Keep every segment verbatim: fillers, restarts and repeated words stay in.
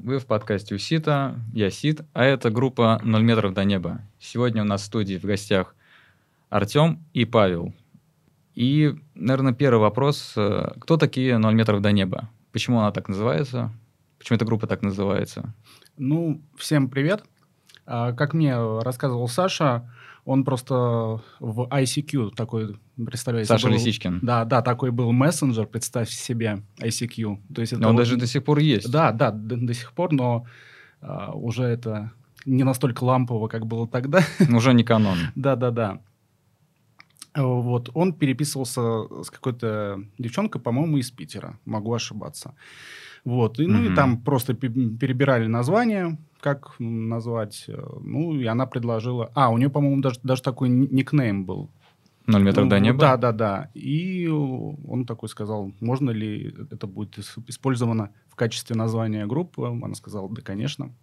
Вы в подкасте у Сита, я Сит, а это группа «Ноль метров до неба». Сегодня у нас в студии в гостях Артем и Павел. И, наверное, первый вопрос. Кто такие «Ноль метров до неба»? Почему она так называется? Почему эта группа так называется? Ну, всем привет. А, как мне рассказывал Саша, он просто в ай си кью такой, представляете... Саша был, Лисичкин. Да, да, такой был мессенджер, представьте себе, ай си кью. То есть это но он вот, даже до сих пор есть. Да, да, до, до сих пор, но а, уже это не настолько лампово, как было тогда. Уже не канон. Да, да, да. Вот, он переписывался с какой-то девчонкой, по-моему, из Питера. Могу ошибаться. Вот, и, ну Мгм. и там просто перебирали название, как назвать. Ну, и она предложила... А, у нее, по-моему, даже, даже такой никнейм был. «Ноль метров до Ну, неба»? Да, да, да. И он такой сказал, можно ли это будет использовано в качестве названия группы. Она сказала, да, конечно.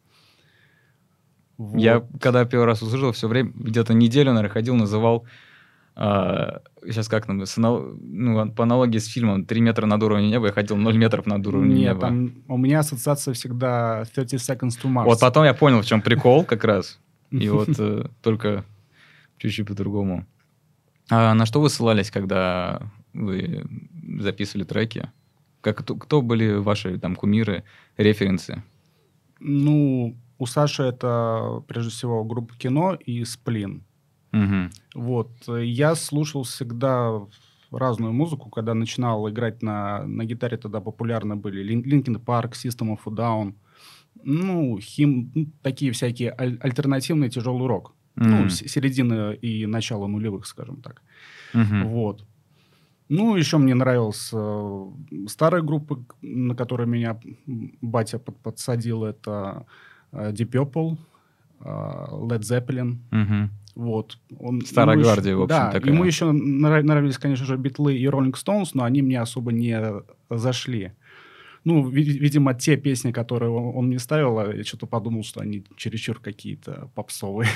Вот. Я, когда первый раз услышал, все время, где-то неделю, наверное, ходил, называл... А, сейчас как нам, ну, по аналогии с фильмом «Три метра над уровнем неба», я ходил ноль метров над уровнем Нет, неба. там у меня ассоциация всегда thirty seconds to Mars. Вот потом я понял, в чем прикол как раз. И вот э, только чуть-чуть по-другому. А на что вы ссылались, когда вы записывали треки? Как, кто, кто были ваши там кумиры, референсы? Ну, у Саши это, прежде всего, группа «Кино» и «Сплин». Угу. Вот. Я слушал всегда разную музыку, когда начинал играть на, на гитаре, тогда популярны были Linkin Park, System of a Down, ну, хим, ну, такие всякие аль- альтернативный тяжелый рок. Mm. Ну, с- середины и начала нулевых, скажем так. Угу. Вот. Ну, еще мне нравилась э, старая группа, на которую меня батя под, подсадил, это э, Deep Purple, э, Led Zeppelin. Угу. Вот. Он, Старая ему гвардия, еще, в общем, да, такая. ему еще нрав- нравились, конечно же, Битлы и Rolling Stones, но они мне особо не зашли. Ну, ви- видимо, те песни, которые он, он мне ставил, я что-то подумал, что они чересчур какие-то попсовые.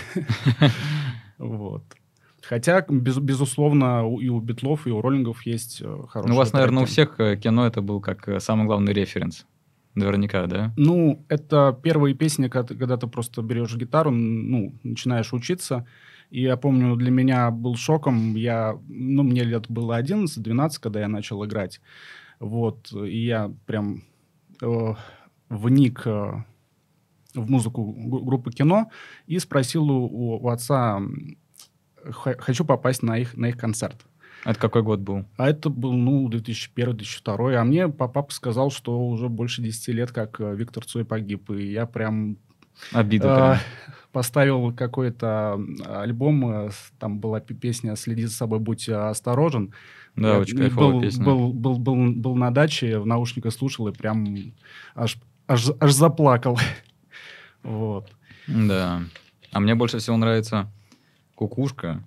Вот. Хотя, без, безусловно, у- и у Битлов, и у Роллингов есть э, хорошие Ну, у вас, наверное, у треки. всех э, «Кино» это был как э, самый главный референс. Наверняка, да? Ну, это первые песни, когда ты, когда ты просто берешь гитару, ну, начинаешь учиться. И я помню, для меня был шоком. Я, ну, мне лет было одиннадцать-двенадцать, когда я начал играть. Вот. И я прям э, вник э, в музыку гу- группы «Кино» и спросил у, у отца, м, х- хочу попасть на их, на их концерт. Это какой год был? А это был, ну, две тысячи первый - две тысячи второй. А мне папа сказал, что уже больше десяти лет, как э, Виктор Цой погиб. И я прям Обида э, прям. поставил какой-то м, альбом. э, с- Там была пе- песня «Следи за собой, будь э, осторожен». Да, Я очень и кайфовая был, песня. был, был, был, был на даче, в наушниках слушал и прям аж, аж, аж заплакал. Вот. Да. А мне больше всего нравится «Кукушка».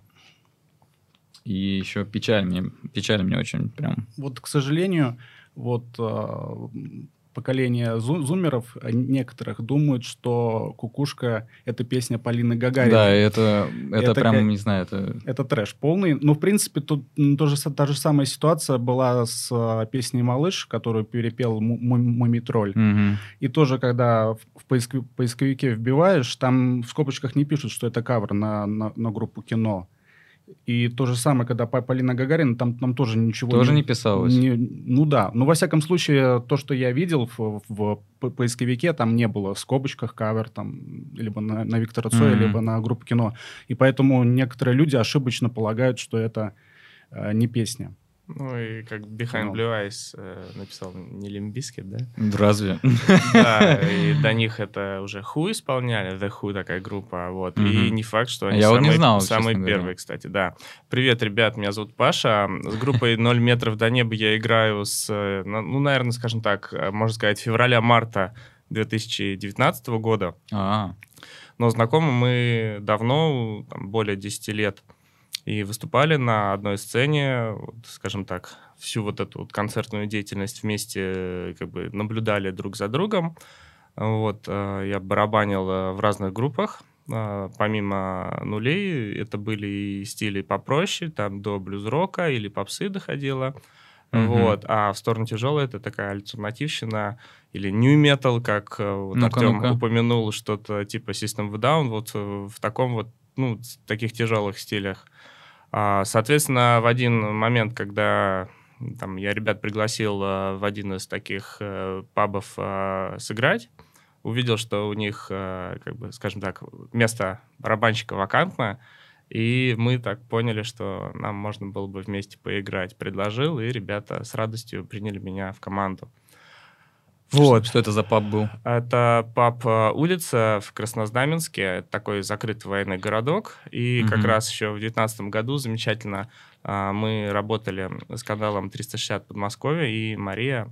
И еще «Печаль». Мне, «Печаль» мне очень прям... Вот, к сожалению, вот э, поколение зу- зумеров э, некоторых думают, что «Кукушка» — это песня Полины Гагариной. Да, это, это, Это прям, ка- не знаю, это... Это трэш полный. Ну, в принципе, тут м, тоже, са- та же самая ситуация была с э, песней «Малыш», которую перепел Му- Му- Мумитроль. Мгм. И тоже, когда в, в поиск- поисковике вбиваешь, там в скобочках не пишут, что это кавер на, на, на группу «Кино». И то же самое, когда Па- Полина Гагарина, там, там тоже ничего... Тоже не писалось? не- ну да. Ну, во всяком случае, то, что я видел в, в по- поисковике, там не было в скобочках кавер, там, либо на, на Виктора Цоя, Мгм. либо на группу «Кино». И поэтому некоторые люди ошибочно полагают, что это э, не песня. Ну и как Behind Ну. Blue Eyes э, написал не Limp Bizkit, да? Разве? Да, и до них это уже Who исполняли, The Who такая группа, вот. И Мгм. не факт, что они Я вот не самые, знал, самые честно говоря. первые, кстати, да. Привет, ребят, меня зовут Паша. С группой «Ноль метров до неба» я играю с, э, ну, наверное, скажем так, э, можно сказать, февраля-марта две тысячи девятнадцатого года. А, Но знакомы мы давно, там, более десяти лет. И выступали на одной сцене, вот, скажем так, всю вот эту вот концертную деятельность вместе э, как бы наблюдали друг за другом. Вот, э, я барабанил э, в разных группах. Э, Помимо нулей, это были и стили попроще, там до блюз-рока или попсы доходило. Мгм. Вот. А в сторону тяжелой это такая альтернативщина или new metal, как э, вот Ну-ка, Артем ну-ка. упомянул, что-то типа System of a Down, вот э, в таком вот, ну, с- таких тяжелых стилях. А, Соответственно, в один момент, когда м, там, я ребят пригласил э, в один из таких э, пабов э, сыграть, увидел, что у них, э, как бы, скажем так, место барабанщика вакантно, и мы так поняли, что нам можно было бы вместе поиграть. Предложил, и ребята с радостью приняли меня в команду. Что, Вот. что это за паб был? Это паб э, «Улица» в Краснознаменске. Это такой закрытый военный городок. И как Мгм. раз еще в две тысячи девятнадцатом году замечательно а, мы работали с каналом триста шестьдесят Подмосковье, и Мария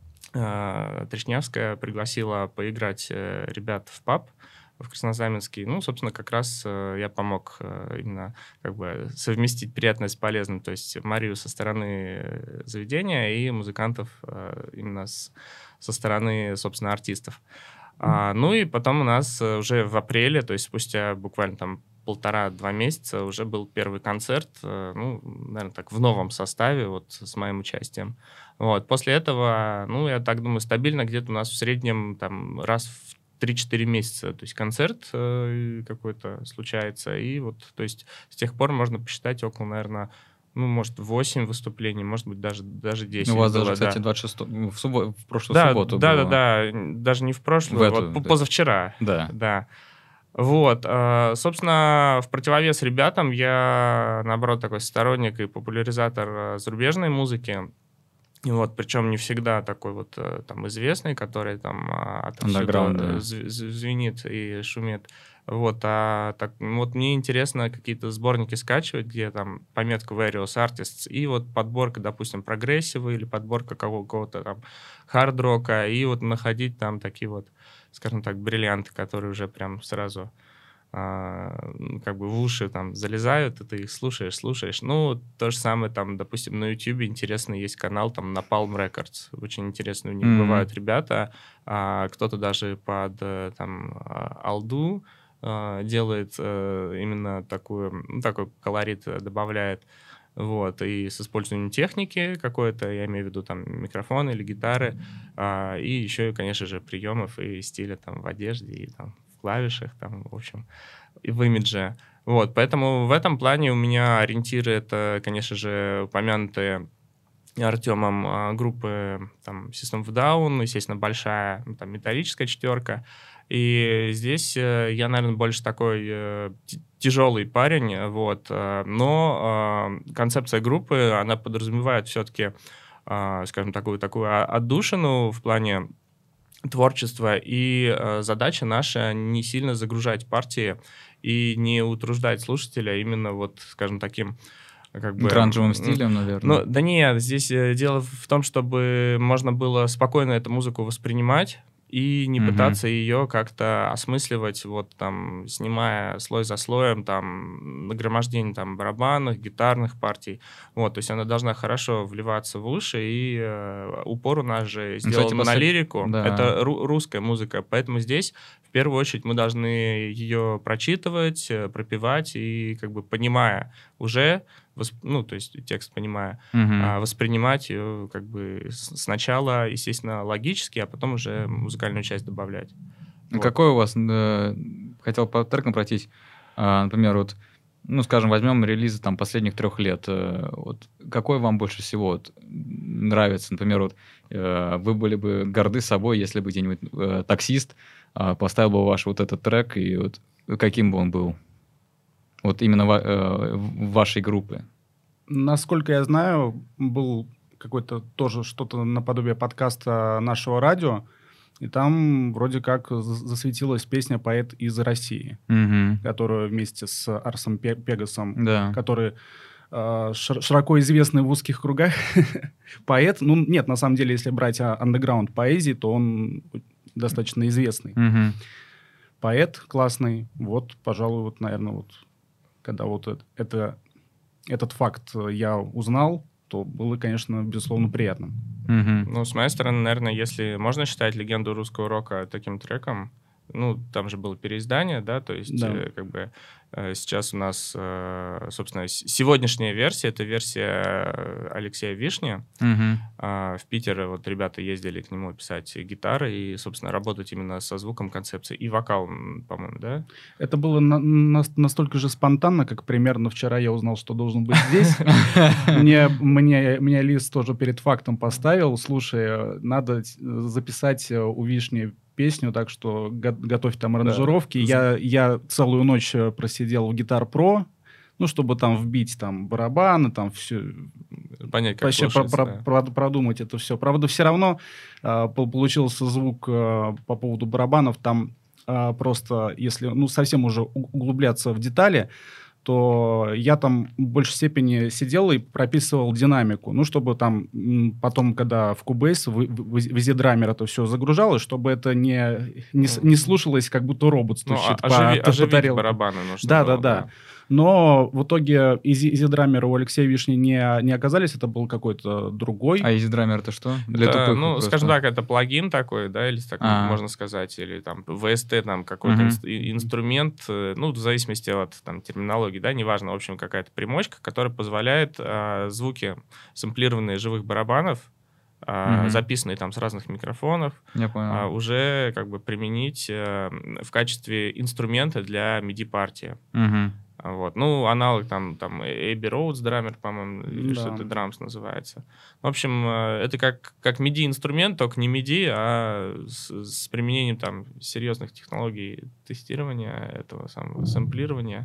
э, Тришнявская пригласила поиграть э, ребят в паб в Краснознаменске. Ну, собственно, как раз э, я помог э, именно как бы совместить приятное с полезным. То есть Марию со стороны э, заведения и музыкантов э, именно с- со стороны, собственно, артистов. А, ну и потом у нас э, уже в апреле, то есть спустя буквально там полтора-два месяца уже был первый концерт, э, ну, наверное, так, в новом составе, вот с моим участием. Вот. После этого, ну, я так думаю, стабильно где-то у нас в среднем там раз в три-четыре месяца, то есть концерт э, какой-то случается, и вот, то есть с тех пор можно посчитать около, наверное, ну, может, восемь выступлений, может быть, даже, даже десять У вас было, даже, кстати, да. двадцать шестого, в, суббо- в прошлую Да, субботу да, да, было. да, н- даже не в В прошлую, эту, вот по- то есть, позавчера, да. да. Вот, э, собственно, в противовес ребятам я, наоборот, такой сторонник и популяризатор э, зарубежной музыки. И вот, причем не всегда такой вот э, там известный, который там а, отовсюду Underground, э, да. зв- зв- звенит и шумит. Вот, а так, ну, вот мне интересно какие-то сборники скачивать, где там пометка Various Artists, и вот подборка, допустим, прогрессива или подборка кого- какого-то там хард-рока, и вот находить там такие вот, скажем так, бриллианты, которые уже прям сразу а, ну, как бы в уши там залезают, и ты их слушаешь, слушаешь. Ну, то же самое там, допустим, на YouTube интересно есть канал там Napalm Records. Очень интересно у них Мгм. бывают ребята. а, кто-то даже под э, там а, алду а, делает э, именно такую, ну, такой колорит э, добавляет. Вот, и с использованием техники какой-то, я имею в виду там микрофоны или гитары, а, и еще, конечно же, приемов и стиля там в одежде и там в клавишах, там, в общем, и в имидже. Вот, поэтому в этом плане у меня ориентиры — это, конечно же, упомянутые Артемом а, группы там System of a Down, естественно, большая ну, там металлическая четверка. И здесь э, я, наверное, больше такой э, т- тяжелый парень, э, вот. э, Но э, концепция группы, она подразумевает все-таки, скажем, такую такую а- отдушину в плане творчества, и э, задача наша не сильно загружать партии и не утруждать слушателя именно вот, скажем, таким как бы... Гранжевым м, стилем, Ну, наверное. да нет, здесь э, дело в том, чтобы можно было спокойно эту музыку воспринимать и не Мгм. пытаться ее как-то осмысливать, вот там, снимая слой за слоем, там, нагромождение там барабанных, гитарных партий. Вот, то есть она должна хорошо вливаться в уши, и э, упор у нас же Ну, сделан кстати, на послед- лирику. да. Это ру- русская музыка, поэтому здесь в первую очередь мы должны ее прочитывать, э, пропевать, и как бы понимая уже, восп- ну, то есть текст понимая, Мгм. а, воспринимать ее как бы с- сначала, естественно, логически, а потом уже музыкальную часть добавлять. Ну, Вот. Какой у вас, э, хотел по трекам пройтись, а, например, вот, ну, скажем, возьмем релизы там последних трех лет. э, Вот, какой вам больше всего вот, нравится? Например, вот, э, вы были бы горды собой, если бы где-нибудь э, таксист а, поставил бы ваш вот этот трек, и вот каким бы он был? Вот именно ва- э, в вашей группы. Насколько я знаю, был какой-то тоже что-то наподобие подкаста нашего радио, и там вроде как з- засветилась песня «Поэт из России», Мгм. которую вместе с Арсом Пе- Пегасом, Да. который э, шир- широко известный в узких кругах поэт. Ну, нет, на самом деле, если брать а, андеграунд поэзии, то он достаточно известный Мгм. поэт, классный. Вот, пожалуй, вот, наверное, вот, когда вот это, это- этот факт э, я узнал, то было, конечно, безусловно, приятно. Мгм. Ну, с моей стороны, наверное, если можно считать «Легенду русского рока» таким треком, ну, там же было переиздание, да, то есть, Да. э, как бы, э, сейчас у нас, э, собственно, с- сегодняшняя версия, это версия Алексея Вишни. Мгм. А, в Питер вот ребята ездили к нему писать гитары и, собственно, работать именно со звуком, концепцией и вокалом, по-моему, да? Это было на- нас- настолько же спонтанно, как примерно вчера я узнал, что должен быть здесь. Мне, мне, меня Лиз тоже перед фактом поставил. Слушай, э, надо э, записать э, у Вишни песню, так что го- готовь там аранжировки. Я, я целую ночь э, просидел в Guitar Pro, ну, чтобы там вбить там барабаны, там все, Понять, как вообще про- слушается, про- да. про- продумать это все. Правда, все равно э, пол- получился звук э, по поводу барабанов там э, просто, если ну совсем уже у- углубляться в детали, то я там в большей степени сидел и прописывал динамику, ну, чтобы там м, потом, когда в Cubase, в, в, в EasyDrummer это все загружалось, чтобы это не, не, с- не слушалось, как будто робот Ну, а- стучит по, оживи- по оживить тарелке. барабаны нужно Да, было, да, да. Но в итоге Easy, EasyDrummer у Алексея Вишни не, не оказались, это был какой-то другой. А EasyDrummer это что? Для Это, тупых ну, просто. скажем так, это плагин такой, да, или так А. можно сказать, или там ви эс ти, там какой-то Мгм. инс- и- инструмент, э, ну, в зависимости от там терминологии, да, неважно, в общем, какая-то примочка, которая позволяет а, звуки, сэмплированные живых барабанов, а, Мгм. записанные там с разных микрофонов, Я понял. а, уже как бы применить э, в качестве инструмента для миди-партии. Мгм. А, Вот. Ну, аналог там, там Abbey Roads Drummer, по-моему, или Да. что-то Drums называется. В общем, э, это как, как миди-инструмент, только не миди, а с, с применением там серьезных технологий тестирования этого самого сэмплирования,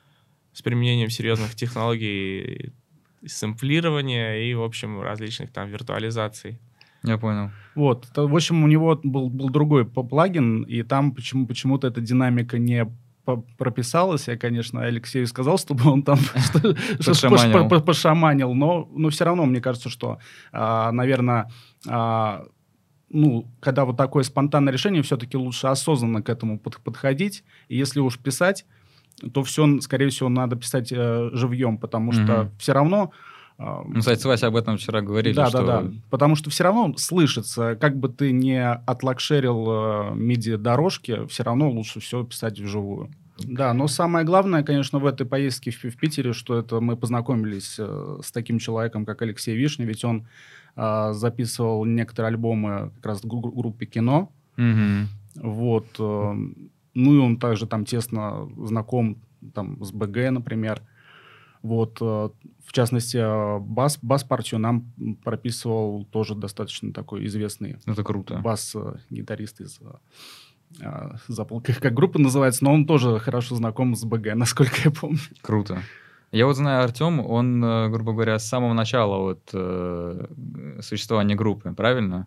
с применением серьезных технологий сэмплирования и, в общем, различных там виртуализаций. Я понял. Вот, то, в общем, у него был, был другой п- плагин, и там почему, почему-то эта динамика не по- прописалась. Я, конечно, Алексею сказал, чтобы он там что- что- Пошаманил. пош- по- пошаманил, но, но все равно, мне кажется, что, а, наверное, а, ну, когда вот такое спонтанное решение, все-таки лучше осознанно к этому под- подходить. И если уж писать, то все, скорее всего, надо писать э, живьем, потому что Мгм. все равно... а, Ну, кстати, с Васей об этом вчера говорили, да, что... да, да. Потому что все равно слышится, как бы ты не отлакшерил э, миди-дорожки, все равно лучше все писать вживую. Да, но самое главное, конечно, в этой поездке в, в Питере, что это мы познакомились э, с таким человеком, как Алексей Вишня, ведь он э, записывал некоторые альбомы как раз в гру- группе «Кино». Мгм. Вот. э, ну и он также там тесно знаком там, с БГ, например. Вот, э, в частности, э, бас, бас-партию нам прописывал тоже достаточно такой известный Это круто. бас-гитарист из... э, э, забыл, как, как группа называется, но он тоже хорошо знаком с БГ, насколько я помню. Круто. Я вот знаю, Артем, он, э, грубо говоря, с самого начала вот, э, существования группы, правильно?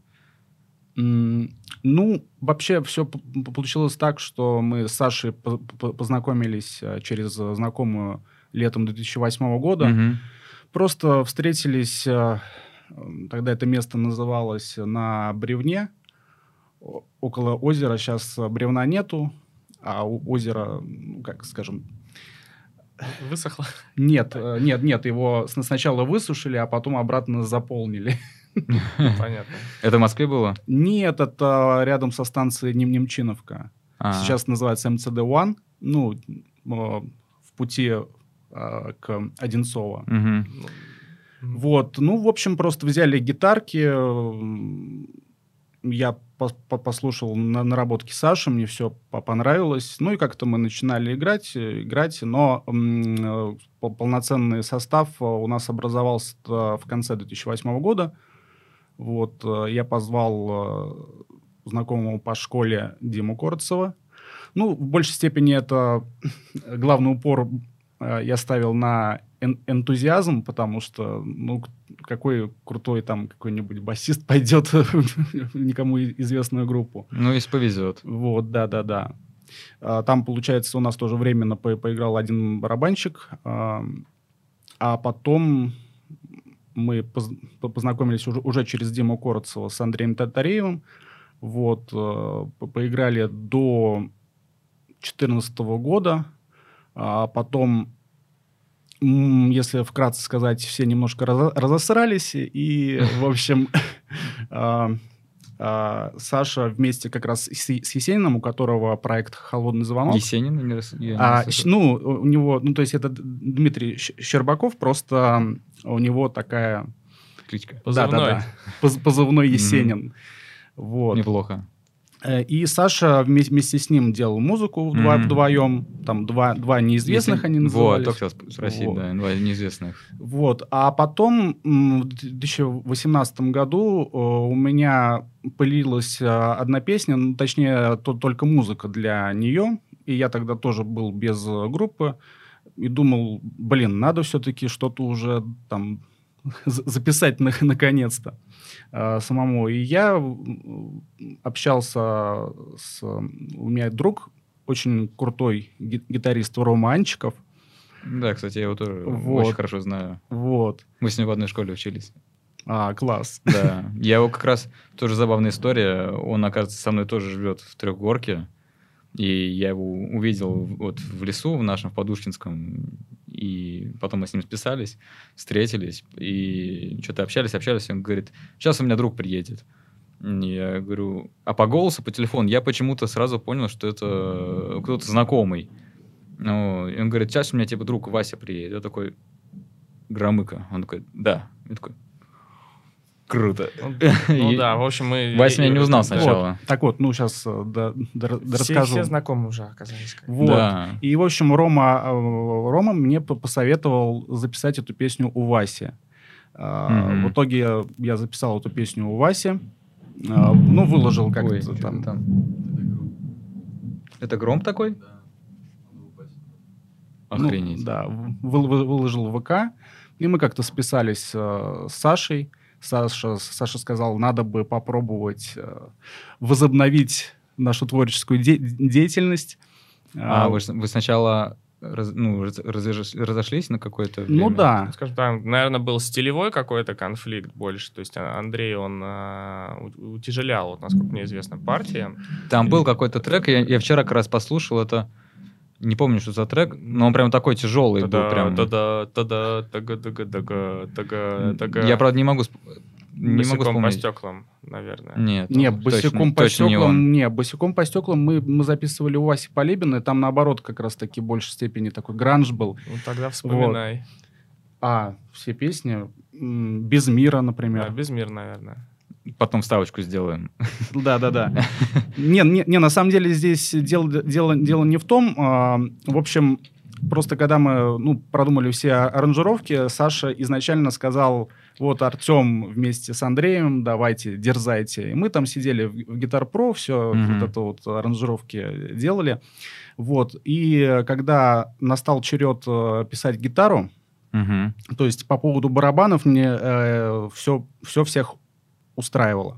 М, Ну, вообще все получилось так, что мы с Сашей по- по- познакомились э, через э, знакомую летом две тысячи восьмого года. Мгм. Просто встретились, э, м, тогда это место называлось на бревне, о- около озера. Сейчас бревна нету, а у озера, ну, как скажем, Высохло. нет, э, нет, нет, его с- сначала высушили, а потом обратно заполнили. Понятно. Это в Москве было? Нет, это рядом со станцией Нем- Немчиновка. А. Сейчас называется эм цэ дэ один, ну, э, в пути э, к Одинцово. Мгм. Вот, ну, в общем, просто взяли гитарки, м, я пос- по- послушал на- наработки Саши, мне все понравилось, ну и как-то мы начинали играть, э, играть, но м, э, пол- полноценный состав э, у нас образовался в конце две тысячи восьмого года. Вот, э, я позвал э, знакомого по школе Диму Корцева. Ну, в большей степени это главный упор э, я ставил на эн- энтузиазм, потому что, ну, к- какой крутой там какой-нибудь басист пойдет в никому и- известную группу. Ну, если повезет. Вот, да-да-да. А, Там, получается, у нас тоже временно по- поиграл один барабанщик, а а потом мы поз- по- познакомились уже, уже через Диму Корцева с Андреем Татареевым. Вот, э, по- поиграли до две тысячи четырнадцатого года, а потом, м, если вкратце сказать, все немножко разо- разосрались, и, в общем, а, А, Саша вместе как раз с, с Есениным, у которого проект «Холодный звонок». Есенин? Не рас- я не А, слышал. ну, у него, ну, то есть это Дмитрий Щ- Щербаков, просто у него такая... Кличка. Позывной. Да-да-да, поз- позывной Мгм. Есенин. Вот. Неплохо. Э, И Саша вме- вместе с ним делал музыку вдво- Мгм. вдвоем. Там два, два неизвестных Если- они Вот, назывались. только хотел спросить, Вот. да, два неизвестных. Вот. А потом м, в две тысячи восемнадцатом году э, у меня пылилась э, одна песня, ну, точнее, то- только музыка для нее. И я тогда тоже был без э, группы. И думал, блин, надо все-таки что-то уже там за- записать на- наконец-то э, самому. И я м, общался с... У меня друг, очень крутой ги- гитарист Рома Анчиков. Да, кстати, я его тоже Вот. очень хорошо знаю. Вот. Мы с ним в одной школе учились. А, класс. Да. Я его как раз... Тоже забавная история. Он, оказывается, со мной тоже живет в Трехгорке. И я его увидел вот в лесу в нашем, в Подушкинском. И потом мы с ним списались, встретились. И что-то общались, общались. И он говорит, сейчас у меня друг приедет. Я говорю, а по голосу, по телефону я почему-то сразу понял, что это кто-то знакомый. Ну, и он говорит, сейчас у меня типа друг Вася приедет. Я такой, Громыко. Он такой, да. Я такой, круто. Ну И да, в общем, мы... Вася меня не узнал Да. сначала. Вот. Так вот, ну, сейчас да, да, Все, расскажу. все знакомы уже оказались. как бы. Вот. Да. И, в общем, Рома, э, Рома мне по- посоветовал записать эту песню у Васи. А, Мгм. В итоге я, я записал эту песню у Васи. А, ну, выложил Ой, как-то что там. там. Это гром такой? Ну, Охренеть. да, вы- вы- выложил в ВК. И мы как-то списались э, с Сашей. Саша, Саша сказал, надо бы попробовать э, возобновить нашу творческую де- деятельность. А, вы, с- вы сначала раз- ну, раз- разош- разошлись на какое-то время? Ну да. Скажем так, наверное, был стилевой какой-то конфликт больше. То есть а, Андрей, он а, у- утяжелял, вот, насколько мне известно, партии. Там был какой-то трек, я, я вчера как раз послушал это. Не помню, что за трек, но он прям такой тяжелый был. Прям. Та-да, та-да, тага, тага, тага, тага, тага. Я, правда, не могу, сп- не могу Босиком по вспомнить. стеклам, наверное. Нет, Не, точно- босиком по точно не он. стеклам, не, босиком по стеклам мы, мы записывали у Васи Полебина, и там наоборот как раз-таки в большей степени такой гранж был. Ну, тогда вспоминай. А все песни, м, «Без мира», Да, например. без мира, наверное. Потом вставочку сделаем. Да-да-да. Не, не, не, на самом деле здесь дело, дело, дело не в том. а, В общем, просто когда мы ну, продумали все аранжировки, Саша изначально сказал, вот Артем вместе с Андреем, давайте, дерзайте. И мы там сидели в, в Guitar Pro, все Мгм. вот это вот аранжировки делали. Вот. И когда настал черед э, писать гитару, Мгм. то есть по поводу барабанов мне все, все всех устраивало.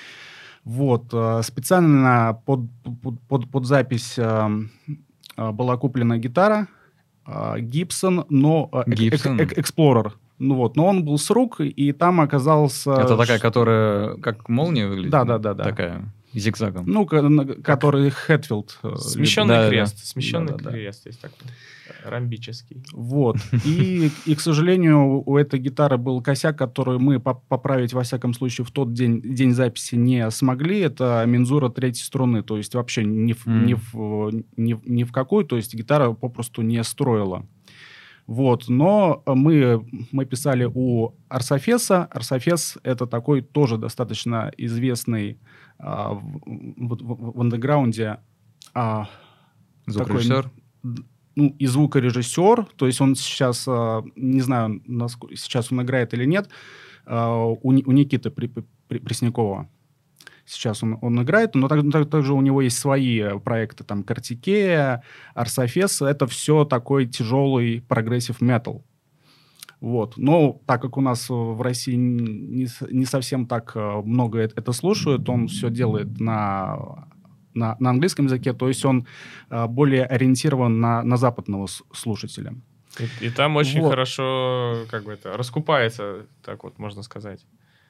Вот. э, Специально под, под, под, под запись э, э, была куплена гитара э, Gibson, но э, эк- Gibson? эк- эк- Explorer. Ну вот, но он был с рук, и там оказался... Это такая, ш- которая как молния выглядит? Да-да-да-да. Такая, зигзагом. Ну, ка- на- который Хэтфилд. э, Смещенный да, да. крест. Смещенный Да-да-да. крест есть такой. Ромбический. Вот. И, и, к сожалению, у этой гитары был косяк, который мы поп- поправить, во всяком случае, в тот день, день записи не смогли. Это мензура третьей струны. То есть вообще ни в, М. ни в, ни, в- ни в какую. То есть гитара попросту не строила. Вот. Но мы, мы писали у Арсофеса. Арсофес — это такой тоже достаточно известный а, в, в- в- в андеграунде а, Звукорежиссер? ну, и звукорежиссер, то есть он сейчас, а, не знаю, насколько сейчас он играет или нет, а, у, Ни- у Никиты При- При- Преснякова. Сейчас он, он играет, но так- так- также у него есть свои проекты, там, Картикея, Арсофес. Это все такой тяжелый прогрессив метал. Вот. Но так как у нас в России не, с- не совсем так а, много это, это слушают, он все делает на, на, на английском языке, то есть он а, более ориентирован на, на западного с- слушателя. И, и там очень Вот. хорошо, как бы это, раскупается, так вот можно сказать.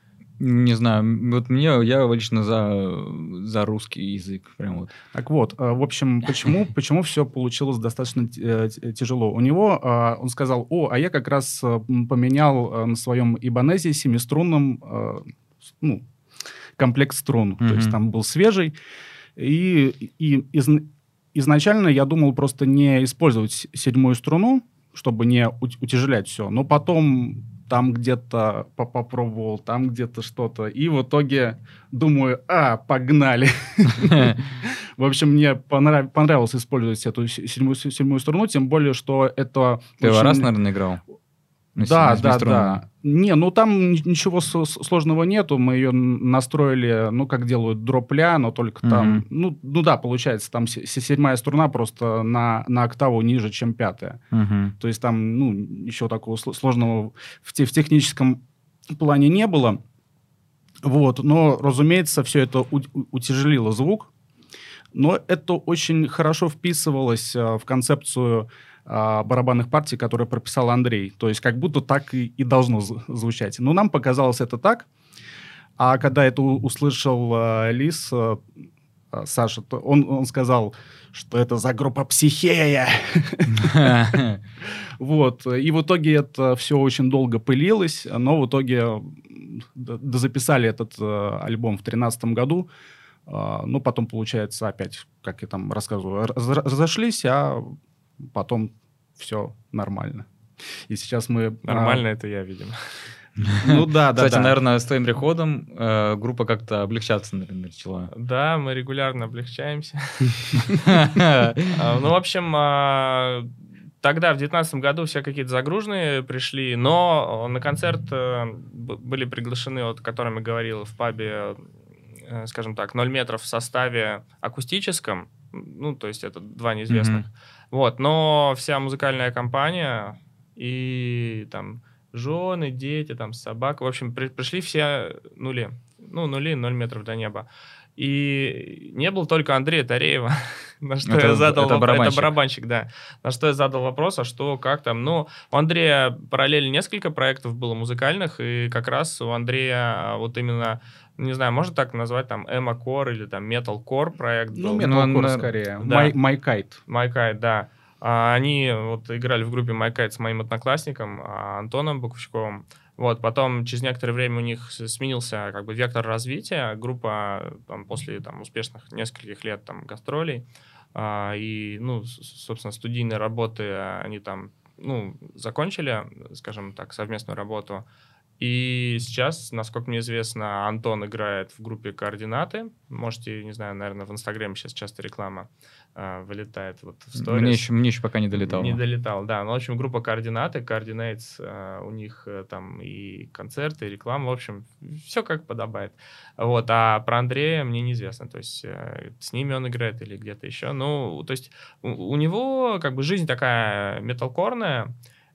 Не знаю, вот мне, я лично за, за русский язык. Прям вот. Так вот, э, в общем, почему, почему все получилось достаточно э, т- тяжело? У него, э, он сказал, о, а я как раз э, м, поменял э, на своем Ибанезе семиструнном, э, с- ну, комплект струн. Мгм. То есть там был свежий. И, и из- изначально я думал просто не использовать с- седьмую струну, чтобы не ут- утяжелять все. Но потом там где-то по- попробовал, там где-то что-то. И в итоге думаю, а, погнали. В общем, мне понрав- понравилось использовать эту с- седьмую, с- седьмую струну, тем более, что это... Ты его очень- раз, наверное, играл? На Да, седьми- да, семиструнную? да. Не, ну там ни- ничего с- с- сложного нету. Мы ее н- настроили, ну, как делают дропля, но только там... Мгм. Ну, ну да, получается, там се- се- седьмая струна просто на, на октаву ниже, чем пятая. Мгм. То есть там, ну, ничего такого сло- сложного в, те- в техническом плане не было. Вот, но, разумеется, все это у- у- утяжелило звук. Но это очень хорошо вписывалось а, в концепцию а, барабанных партий, которые прописал Андрей. То есть как будто так и, и должно з- звучать. Но нам показалось это так. А когда это у- услышал а, Лис, а, а, Саша, то он, он сказал, что это за группа «Психея». Вот. И в итоге это все очень долго пылилось, но в итоге м, д- дозаписали этот э, альбом в тринадцатом году. А, ну, потом, получается, опять, как я там рассказываю, раз- разошлись, а потом все нормально. И сейчас мы... а, Нормально это я, видимо. ну да, да, Кстати, да. наверное, с твоим приходом э, группа как-то облегчаться, наверное, начала. Да, мы регулярно облегчаемся. А, Ну, в общем, а, тогда, в девятнадцатом году, все какие-то загруженные пришли, но на концерт э, б- были приглашены, вот, о котором я говорил, в пабе, э, скажем так, ноль метров в составе акустическом, ну, то есть это два неизвестных. Мгм. Вот, но вся музыкальная компания и там жены, дети, там собака, в общем, при- пришли все нули, ну, нули, ноль метров до неба. И не был только Андрея Тареева, на что Это- я задал это воп- барабанщик. это барабанщик, да. На что я задал вопрос, а что, как там. Ну, у Андрея параллельно несколько проектов было музыкальных, и как раз у Андрея а, вот именно, не знаю, можно так назвать, там, эмо-кор или там метал-кор проект Ну, был. металкор на- скорее. да. Май- Майкайт. Майкайт, да. А, Они вот играли в группе Майкайт с моим одноклассником а, Антоном Буковщиковым. Вот, потом через некоторое время у них с- сменился как бы вектор развития. Группа там, после там, успешных нескольких лет там, гастролей а, и, ну, с- собственно, студийной работы а, они там, ну, закончили, скажем так, совместную работу. И сейчас, насколько мне известно, Антон играет в группе «Координаты». Можете, не знаю, наверное, в Инстаграме сейчас часто реклама а, вылетает вот в сторис. Мне еще, мне еще пока не долетало. Не долетал, да. Ну, в общем, группа «Координаты», «Coordinates», э, у них э, там и концерты, и реклама, в общем, все как подобает. Вот, а про Андрея мне неизвестно, то есть э, с ними он играет или где-то еще. Ну, то есть у, у него как бы жизнь такая металкорная,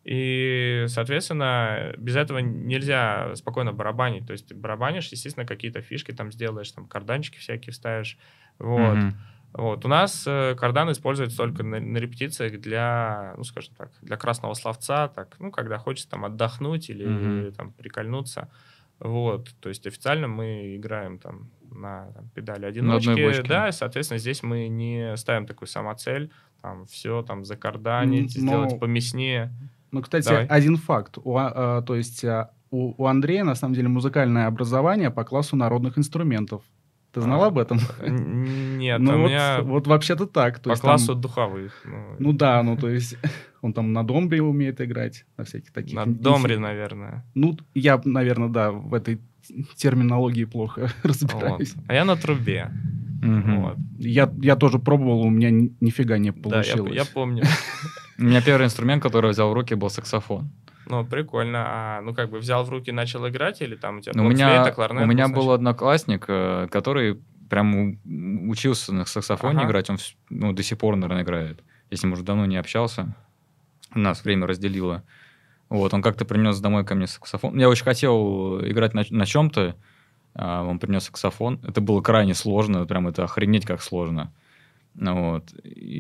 и, соответственно, без этого нельзя спокойно барабанить. То есть ты барабанишь, естественно, какие-то фишки там сделаешь, там карданчики всякие вставишь. Вот. Мгм. Вот. У нас э, кардан используется только на, на репетициях для, ну, скажем так, для красного словца, так, ну, когда хочется там отдохнуть или Мгм. там прикольнуться. Вот. То есть официально мы играем там на там, педали одиночки. одной бочке. Да, и, соответственно, здесь мы не ставим такую самоцель, там, все там закарданить, М, сделать но- помяснее. Ну, кстати, Давай. один факт. У, а, а, то есть а, у, у Андрея, на самом деле, музыкальное образование по классу народных инструментов. Ты знал А, об этом? Н- Нет, Ну у вот, меня вот вообще-то так. То по есть там- классу духовых. Ну, ну да, ну то есть он там на домбре умеет играть, на всяких таких... на инфи- домре, наверное. Ну, я, наверное, да, в этой терминологии плохо разбираюсь. Вот. А я на трубе. Мгм. Вот. Я, я тоже пробовал, у меня ни- нифига не Да, я, получилось. я помню. У меня первый инструмент, который я взял в руки, был саксофон. Ну, прикольно. А, ну, как бы взял в руки и начал играть, или там у тебя Но у блокфлейта, меня, кларнет у меня был был сначала? одноклассник, э, который прям у- учился на саксофоне Ага. играть. Он вс- ну, до сих пор, наверное, играет. Если, может, давно не общался. Нас время разделило. Вот, он как-то принес домой ко мне саксофон. Я очень хотел играть на, на чем-то. а Он принес саксофон. Это было крайне сложно. Прям это охренеть как сложно. Ну Вот.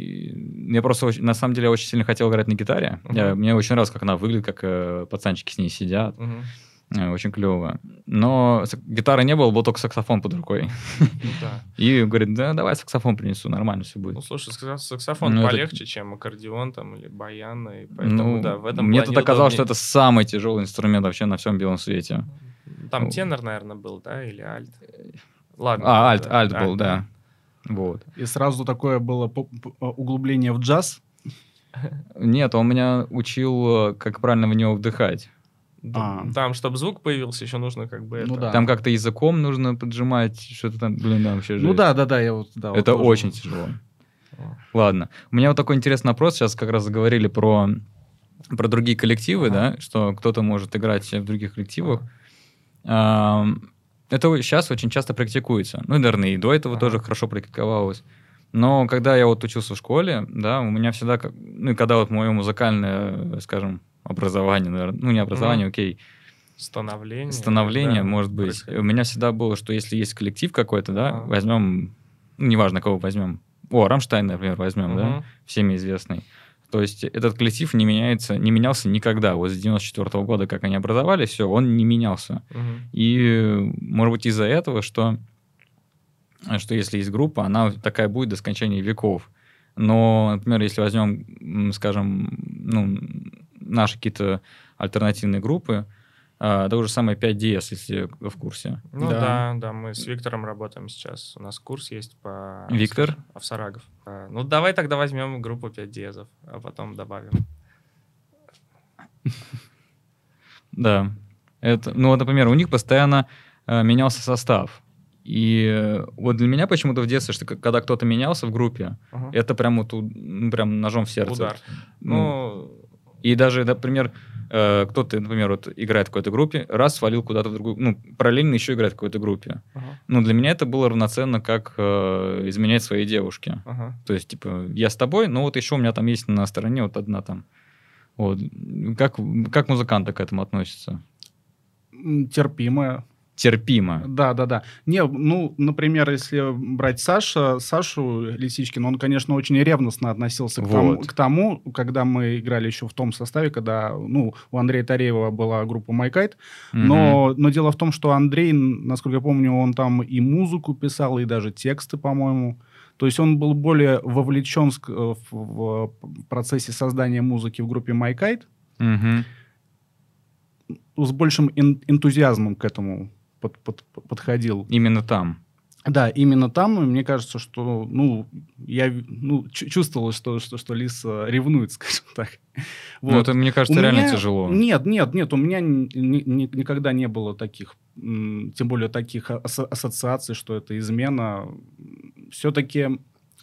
И я просто, очень- на самом деле, очень сильно хотел играть на гитаре. Мгм. Я- мне очень нравилось, как она выглядит, как э, пацанчики с ней сидят. Мгм. Э, Очень клево. Но сак- гитары не было, был только саксофон под рукой. Ну, да. И говорит, да, давай саксофон принесу, нормально все Ну, будет. слушай, сакс- саксофон Ну, это- полегче, чем аккордеон там или баян, и поэтому, Ну, да, в этом мне плане тогда казалось, что удобнее. это самый тяжелый инструмент вообще на всем белом свете. Там Ну, тенор, наверное, был, да, или альт? Ладно. А, альт, да, альт да. был, да. Вот. И сразу такое было по- по- углубление в джаз. Нет, он меня учил, э, как правильно в него вдыхать. Да, А. Там, чтобы звук появился, еще нужно как бы Ну это... да. Там как-то языком нужно поджимать, что-то там, блин, да, вообще Ну жесть. да, да, да, я вот, да, вот Это тоже- очень тяжело. О. Ладно. У меня вот такой интересный вопрос. Сейчас как раз заговорили про, про другие коллективы, Ага. да, что кто-то может играть в других коллективах. Ам, Это сейчас очень часто практикуется. Ну, и, наверное, и до этого Ага. тоже хорошо практиковалось. Но когда я вот учился в школе, да, у меня всегда, как- ну, и когда вот мое музыкальное, скажем, образование, наверное, ну, не образование, Мгм. окей, Становление. становление, да, может быть. происходит. У меня всегда было, что если есть коллектив какой-то, да, Ага. возьмем, ну, неважно, кого возьмем. О, Рамштайн, например, возьмем, да, Мгм. всеми известный. То есть этот коллектив не меняется, не менялся никогда. Вот с девяносто четвёртого года, как они образовались, все, он не менялся. Мгм. И, может быть, из-за этого, что, что если есть группа, она такая будет до скончания веков. Но, например, если возьмем, м, скажем, ну, наши какие-то альтернативные группы, а, то же самое пять ди эс, если вы в курсе. Ну Да. да. да, мы с Виктором работаем сейчас. У нас курс есть по... Виктор? Авсарагов. А, Ну, давай тогда возьмем группу пять диезов, а потом добавим. Да. Это, ну, вот, например, у них постоянно э, менялся состав. И э, вот для меня почему-то в детстве, что к- когда кто-то менялся в группе, Ага. это прям вот у- ну, прям ножом в сердце. Удар. Ну, Ну, и даже, например, э, кто-то, например, вот играет в какой-то группе, раз свалил куда-то в другую, ну, параллельно еще играет в какой-то группе. ага, Ну, для меня это было равноценно, как э, изменять своей девушке. ага. То есть, типа, я с тобой, но вот еще у меня там есть на стороне вот одна там. Вот. Как, как музыканты к этому относятся? М, терпимое. Терпимо. Да, да, да. Не, ну, например, если брать Саша, Сашу Лисичкина, он, конечно, очень ревностно относился к, тому, Вот. к тому, когда мы играли еще в том составе, когда, ну, у Андрея Тареева была группа «Майкайт», но, но дело в том, что Андрей, насколько я помню, он там и музыку писал, и даже тексты, по-моему. То есть он был более вовлечен ск- в, в процессе создания музыки в группе «Майкайт», Мгм. с большим эн- энтузиазмом к этому под- под- подходил. Именно там. Да, именно там, и мне кажется, что, ну, я ну, чу- чувствовал, что, что, что Лис э, ревнует, скажем так. Ну, Вот. это, мне У кажется, реально меня- тяжело. Нет, нет, нет, у меня ни- ни- ни- никогда не было таких, м, тем более таких ас- ассоциаций, что это измена. Все-таки,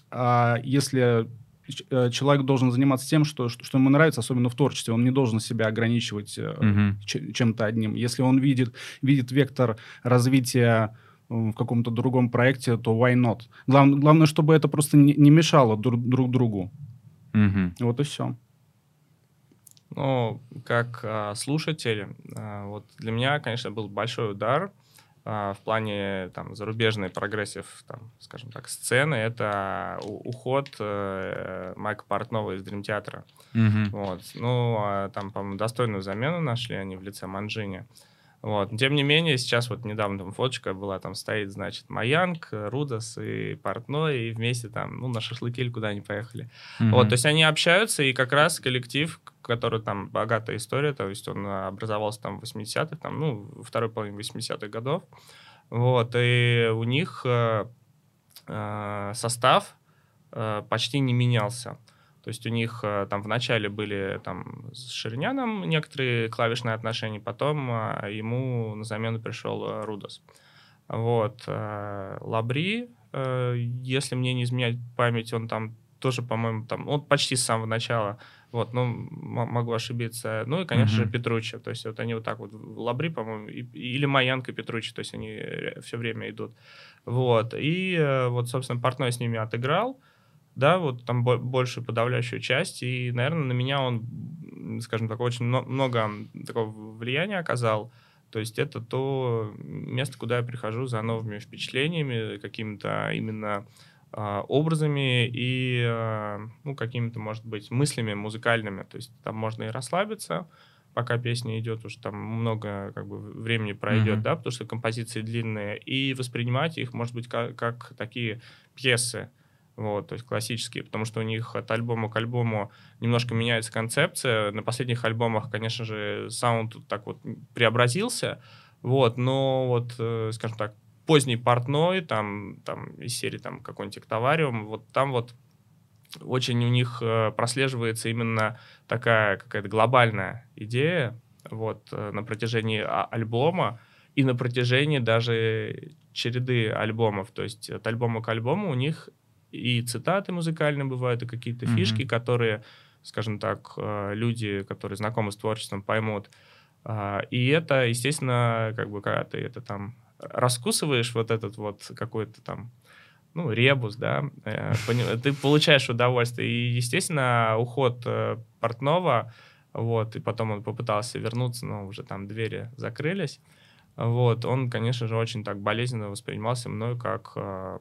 если ч- э, человек должен заниматься тем, что, что, что ему нравится, особенно в творчестве, он не должен себя ограничивать э, Мгм. ч- чем-то одним. Если он видит, видит вектор развития э, в каком-то другом проекте, то why not? Глав- главное, чтобы это просто не, не мешало друг, друг другу. Мгм. Вот и все. Ну, как а, слушатель, а, вот для меня, конечно, был большой удар а, в плане там зарубежной прогрессив, там, скажем так, сцены. Это у- уход э, Майка Портнова из Дрим Театра. Мгм. Вот. Ну, а там, по-моему, достойную замену нашли они в лице Манжини. Вот. Но, тем не менее, сейчас вот недавно там фоточка была, там стоит, значит, Маянг, Рудос и Портной, и вместе там, ну, на шашлыки или куда они поехали. Мгм. Вот, то есть они общаются, и как раз коллектив, который там богатая история, то есть он а, образовался там в восьмидесятых, там, ну, во второй половине восьмидесятых годов, вот, и у них э, э, состав э, почти не менялся. То есть у них э, там вначале были там с Шириняном некоторые клавишные отношения, потом э, ему на замену пришел э, Рудос. Вот. э, Лабри, э, если мне не изменять память, он там тоже, по-моему, там, он почти с самого начала, вот, ну, м- могу ошибиться. Ну и, конечно Мгм. же, Петруччи, то есть вот они вот так вот, Лабри, по-моему, и- или Маянка и Петруччи, то есть они все время идут. Вот, и э, вот, собственно, Портной с ними отыграл, да, вот там бо- большую подавляющую часть, и, наверное, на меня он, м, скажем так, очень мно- много такого влияния оказал. То есть это то место, куда я прихожу за новыми впечатлениями, какими-то именно а, образами и, а, ну, какими-то, может быть, мыслями музыкальными. То есть там можно и расслабиться, пока песня идет, уж там много как бы времени пройдет, Мгм. да, потому что композиции длинные, и воспринимать их, может быть, как, как такие пьесы, вот, то есть классические, потому что у них от альбома к альбому немножко меняется концепция. На последних альбомах, конечно же, саунд тут так вот преобразился, Вот, но вот, э, скажем так, поздний портной, там, там из серии там какой-нибудь Актовариум, вот там вот очень у них э, прослеживается именно такая какая-то глобальная идея, вот, э, на протяжении а- альбома и на протяжении даже череды альбомов, то есть от альбома к альбому у них и цитаты музыкальные бывают, и какие-то Мгм. фишки, которые, скажем так, э, люди, которые знакомы с творчеством, поймут. А, И это, естественно, как бы, когда ты это там раскусываешь, вот этот вот какой-то там, ну, ребус, да, э, пони- ты получаешь удовольствие. И, естественно, уход э, портного, вот, и потом он попытался вернуться, но уже там двери закрылись, вот, он, конечно же, очень так болезненно воспринимался мною как э,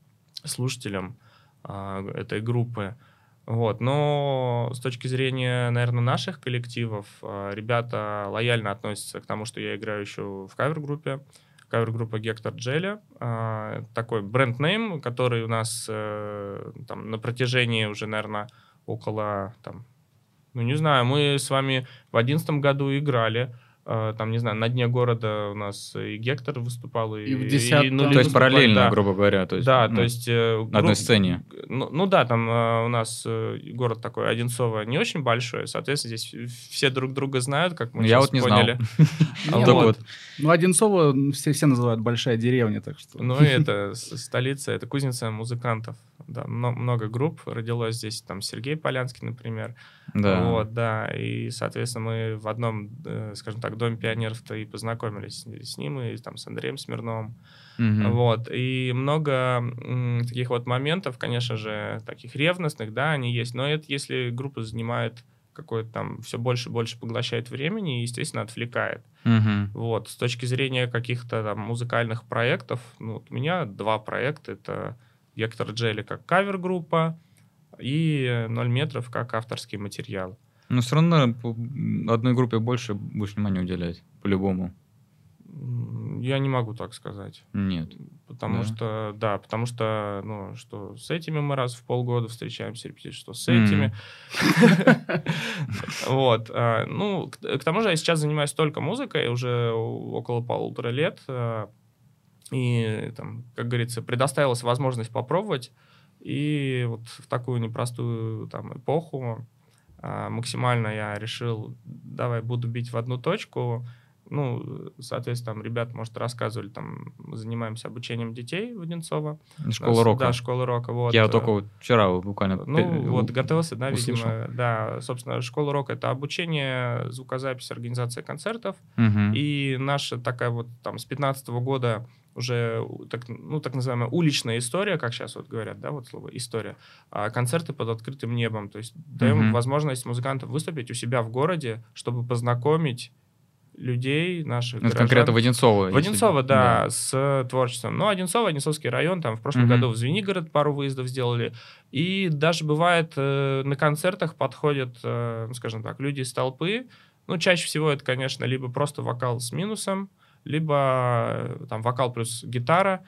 слушателем а, этой группы. Вот. Но с точки зрения, наверное, наших коллективов, а, ребята лояльно относятся к тому, что я играю еще в кавер-группе. Кавер-группа Гектор Джеля. А, такой бренд-нейм, который у нас э, там, на протяжении уже, наверное, около, там, ну, не знаю, мы с вами в одиннадцатом году играли. Э, Там, не знаю, на дне города у нас и Гектор выступал, и, И в и десятом. нули То есть выступали, параллельно, да. грубо говоря. То есть, Да, ну, то есть... э, на одной гру- сцене. Ну, ну да, там э, у нас э, город такой Одинцово не очень большой, соответственно, здесь все друг друга знают, как мы Я сейчас вот не поняли. Не, Вот. Только ну, вот. Ну, Одинцово все, все называют большая деревня, так что... Ну и это с- столица, это кузница музыкантов. Да, мно- много групп родилось здесь, там Сергей Полянский, например. Да. Вот, да, и, соответственно, мы в одном, э, скажем так, Доме пионеров-то и познакомились с ним, и там с Андреем Смирновым. Мгм. Вот, и много м, таких вот моментов, конечно же, таких ревностных, да, они есть, но это если группа занимает какое-то там, все больше и больше поглощает времени и, естественно, отвлекает. Мгм. Вот, с точки зрения каких-то там музыкальных проектов, ну, вот у меня два проекта, это Гектор Джелли как кавер-группа и ноль метров как авторский материал. Но все равно по- одной группе больше будешь внимания уделять, по-любому. М, Я не могу так сказать. Нет. Потому Да? что, да, потому что, ну, что с этими мы раз в полгода встречаемся, репетируем, что с М. этими. Вот. а, Ну, к к тому же я сейчас занимаюсь только музыкой уже около полутора лет. а, И, там, как говорится, предоставилась возможность попробовать. И вот в такую непростую там эпоху а, максимально я решил, давай буду бить в одну точку. Ну, соответственно, там ребята, может, рассказывали, там, мы занимаемся обучением детей в Одинцово. Школа У нас, рока. Да, школа рока, вот. Я э, только вот вчера вот буквально... Ну, пе- вот, у- готовился, да, услышал. видимо, да. Собственно, школа рока — это обучение, звукозапись, организация концертов. Мгм. И наша такая вот, там, с пятнадцатого года уже, у- так, ну, так называемая уличная история, как сейчас вот говорят, да, вот слово история, а концерты под открытым небом. То есть даем Мгм. возможность музыкантам выступить у себя в городе, чтобы познакомить людей, наших Это горожан. конкретно в Одинцово. В если- Одинцово, да, с творчеством. Ну, Одинцово, Одинцовский район, там в прошлом Мгм. году в Звенигород пару выездов сделали. И даже бывает э, на концертах подходят, э, ну, скажем так, люди из толпы. Ну, чаще всего это, конечно, либо просто вокал с минусом, либо э, там вокал плюс гитара.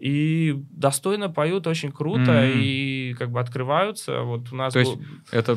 И достойно поют, очень круто, Мгм. и как бы открываются. Вот у нас То есть был- это,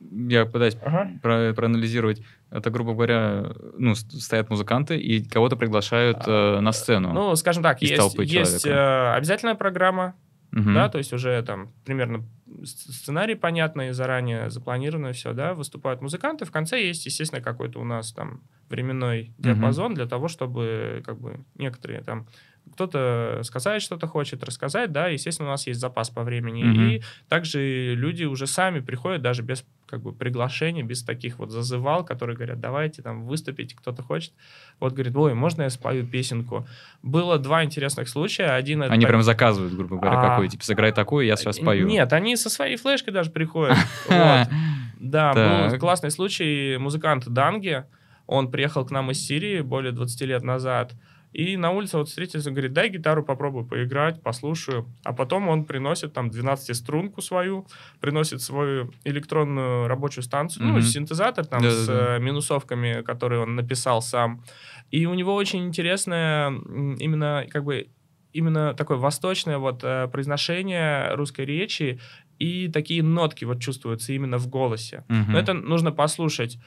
я пытаюсь Ага. про- проанализировать, это, грубо говоря, ну, с- стоят музыканты и кого-то приглашают э, на сцену. Ну, скажем так, из есть, толпы есть человека. э, обязательная программа, Мгм. да, то есть уже там примерно с- сценарий понятный, заранее запланировано все, да, выступают музыканты, в конце есть, естественно, какой-то у нас там временной диапазон для того, чтобы как бы некоторые там кто-то сказать что-то хочет, рассказать, да, естественно, у нас есть запас по времени, Мгм. и также люди уже сами приходят даже без как бы приглашений, без таких вот зазывал, которые говорят, давайте там выступите, кто-то хочет, вот говорит, ой, можно я спою песенку? Было два интересных случая, один это Они так- прям заказывают, грубо говоря, А, какой, типа, сыграй такую, я сейчас спою. Нет, они со своей флешкой даже приходят. Вот. Да, был Так. классный случай. Музыкант Данги, он приехал к нам из Сирии более двадцати лет назад. И на улице вот встретился, говорит, дай гитару попробую поиграть, послушаю. А потом он приносит там двенадцатиструнку свою, приносит свою электронную рабочую станцию, ну, Мгм. синтезатор там Да-да-да. с э, минусовками, которые он написал сам. И у него очень интересное м, именно как бы именно такое восточное вот э, произношение русской речи, и такие нотки вот чувствуются именно в голосе. Мгм. Но это нужно послушать.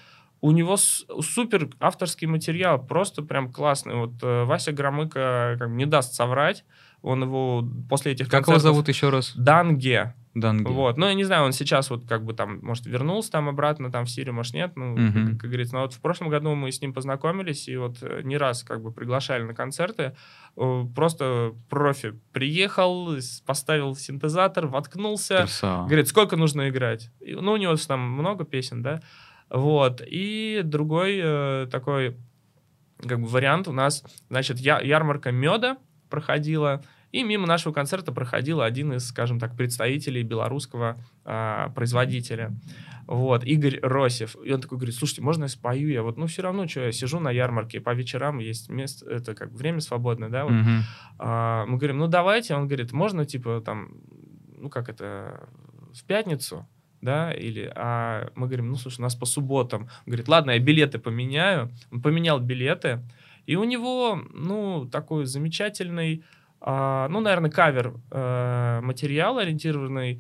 у него с, супер авторский материал, просто прям классный. Вот э, Вася Громыко как бы не даст соврать, он его после этих Как концертов... его зовут еще раз? Данге. Данге. Вот. Ну, я не знаю, он сейчас вот как бы там, может, вернулся там обратно, там в Сирию, может, нет, ну, Мгм. как, как говорится. Но вот в прошлом году мы с ним познакомились, и вот э, не раз как бы приглашали на концерты. Э, Просто профи приехал, с- поставил синтезатор, воткнулся, Красава. говорит, сколько нужно играть? И, ну, у него там много песен, да. Вот. И другой э, такой как бы вариант у нас, значит, я, ярмарка меда проходила, и мимо нашего концерта проходил один из, скажем так, представителей белорусского а, производителя. Вот, Игорь Росев. И он такой говорит, слушайте, можно я спою? Я вот, ну, все равно, что я сижу на ярмарке, по вечерам есть место, это как бы время свободное, да, вот. Мгм. А, мы говорим, ну, давайте. Он говорит, можно, типа, там, ну, как это, в пятницу, да, или, а мы говорим, ну, слушай, у нас по субботам. Он говорит, ладно, я билеты поменяю. Он поменял билеты, и у него, ну, такой замечательный, а, ну, наверное, кавер э, материал, ориентированный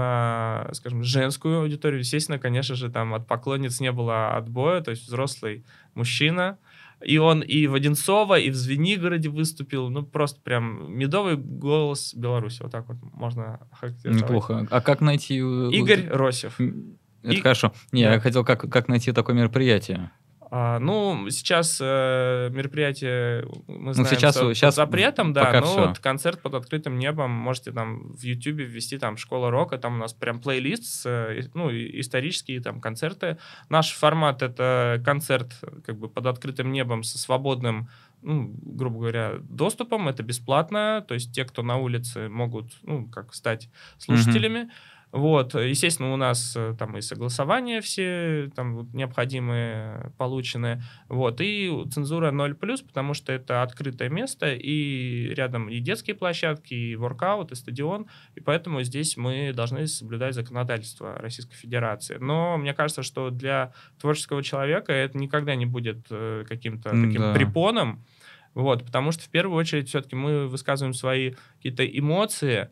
на, скажем, женскую аудиторию. Естественно, конечно же, там от поклонниц не было отбоя, то есть взрослый мужчина. И он и в Одинцово, и в Звенигороде выступил. Ну, просто прям медовый голос Беларуси. Вот так вот можно характеризовать. Неплохо. А как найти... э, Игорь вот- Росев. М, Это И- хорошо. Не, Да. я хотел, как, как найти такое мероприятие. А, ну, сейчас э, мероприятие, мы знаем, сейчас- что под сейчас запретом, да, пока но всё. вот концерт под открытым небом, можете там в Ютубе ввести там «Школа рока», там у нас прям плейлист, с, э, ну, и- исторические там концерты. Наш формат — это концерт как бы под открытым небом со свободным, ну, грубо говоря, доступом, это бесплатно, то есть те, кто на улице, могут, ну, как стать слушателями. Вот, естественно, у нас э, там и согласования все там вот необходимые получены, вот, и цензура ноль плюс, потому что это открытое место, и рядом и детские площадки, и воркаут, и стадион, и поэтому здесь мы должны соблюдать законодательство Российской Федерации. Но мне кажется, что для творческого человека это никогда не будет э, каким-то М, таким да. препоном, вот, потому что в первую очередь все-таки мы высказываем свои какие-то эмоции,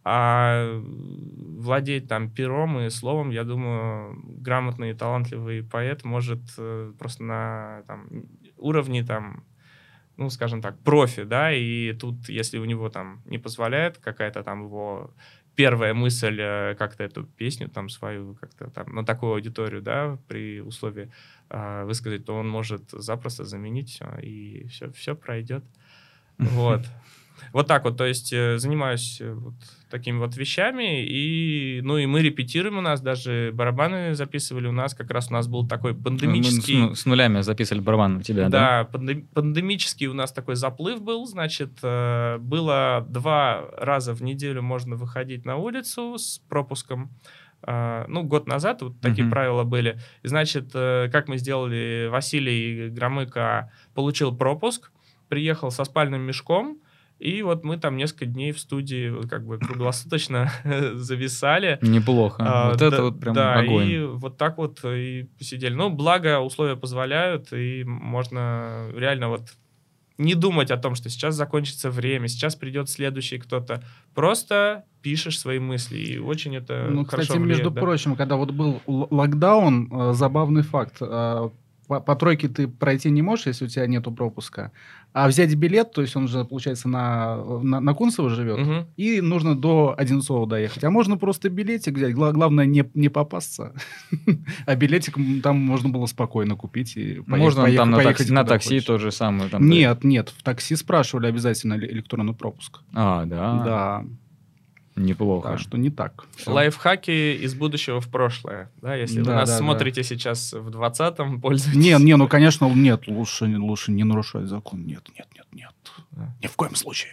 а владеть там пером и словом, я думаю, грамотный и талантливый поэт может э, просто на там, уровне, там, ну, скажем так, профи, да, и тут, если у него там не позволяет какая-то там его первая мысль э, как-то эту песню там свою как-то там на такую аудиторию, да, при условии э, высказать, то он может запросто заменить все, и все, все пройдет. Вот. Вот так вот, то есть э, занимаюсь э, вот такими вот вещами, и, ну, и мы репетируем у нас, даже барабаны записывали у нас, как раз у нас был такой пандемический... Мы с, с нулями записывали барабан у тебя, да? Да, пандем- пандемический у нас такой заплыв был, значит, э, было два раза в неделю можно выходить на улицу с пропуском. Э, ну, год назад вот такие Мгм. правила были. И, значит, э, как мы сделали, Василий Громыко получил пропуск, приехал со спальным мешком, и вот мы там несколько дней в студии вот как бы круглосуточно зависали. Неплохо. А, вот да, это вот прям да, огонь. и вот так вот и посидели. Ну, благо, условия позволяют, и можно реально вот не думать о том, что сейчас закончится время, сейчас придет следующий кто-то. Просто пишешь свои мысли, и очень это Ну, хорошо кстати, влияет, между да. прочим, когда вот был л- локдаун, э, забавный факт. э, По, по тройке ты пройти не можешь, если у тебя нету пропуска. А взять билет, то есть он же, получается, на, на, на Кунцево живет, Мгм. и нужно до Одинцова доехать. А можно просто билетик взять. Гла- главное, не, не попасться. А билетик м, там можно было спокойно купить и поех- Можно поех- там на поехать такси, на куда такси хочешь. то же самое. Там, да? Нет, нет, в такси спрашивали обязательно эле- электронный пропуск. А, да? Да, Неплохо. так что не так. Всё. Лайфхаки из будущего в прошлое. Да, если вы Да, нас да, да. смотрите сейчас в двадцатом, пользуйтесь. Не, не, ну, конечно, нет, лучше, лучше не нарушать закон. Нет, нет, нет, нет. Да. Ни в коем случае.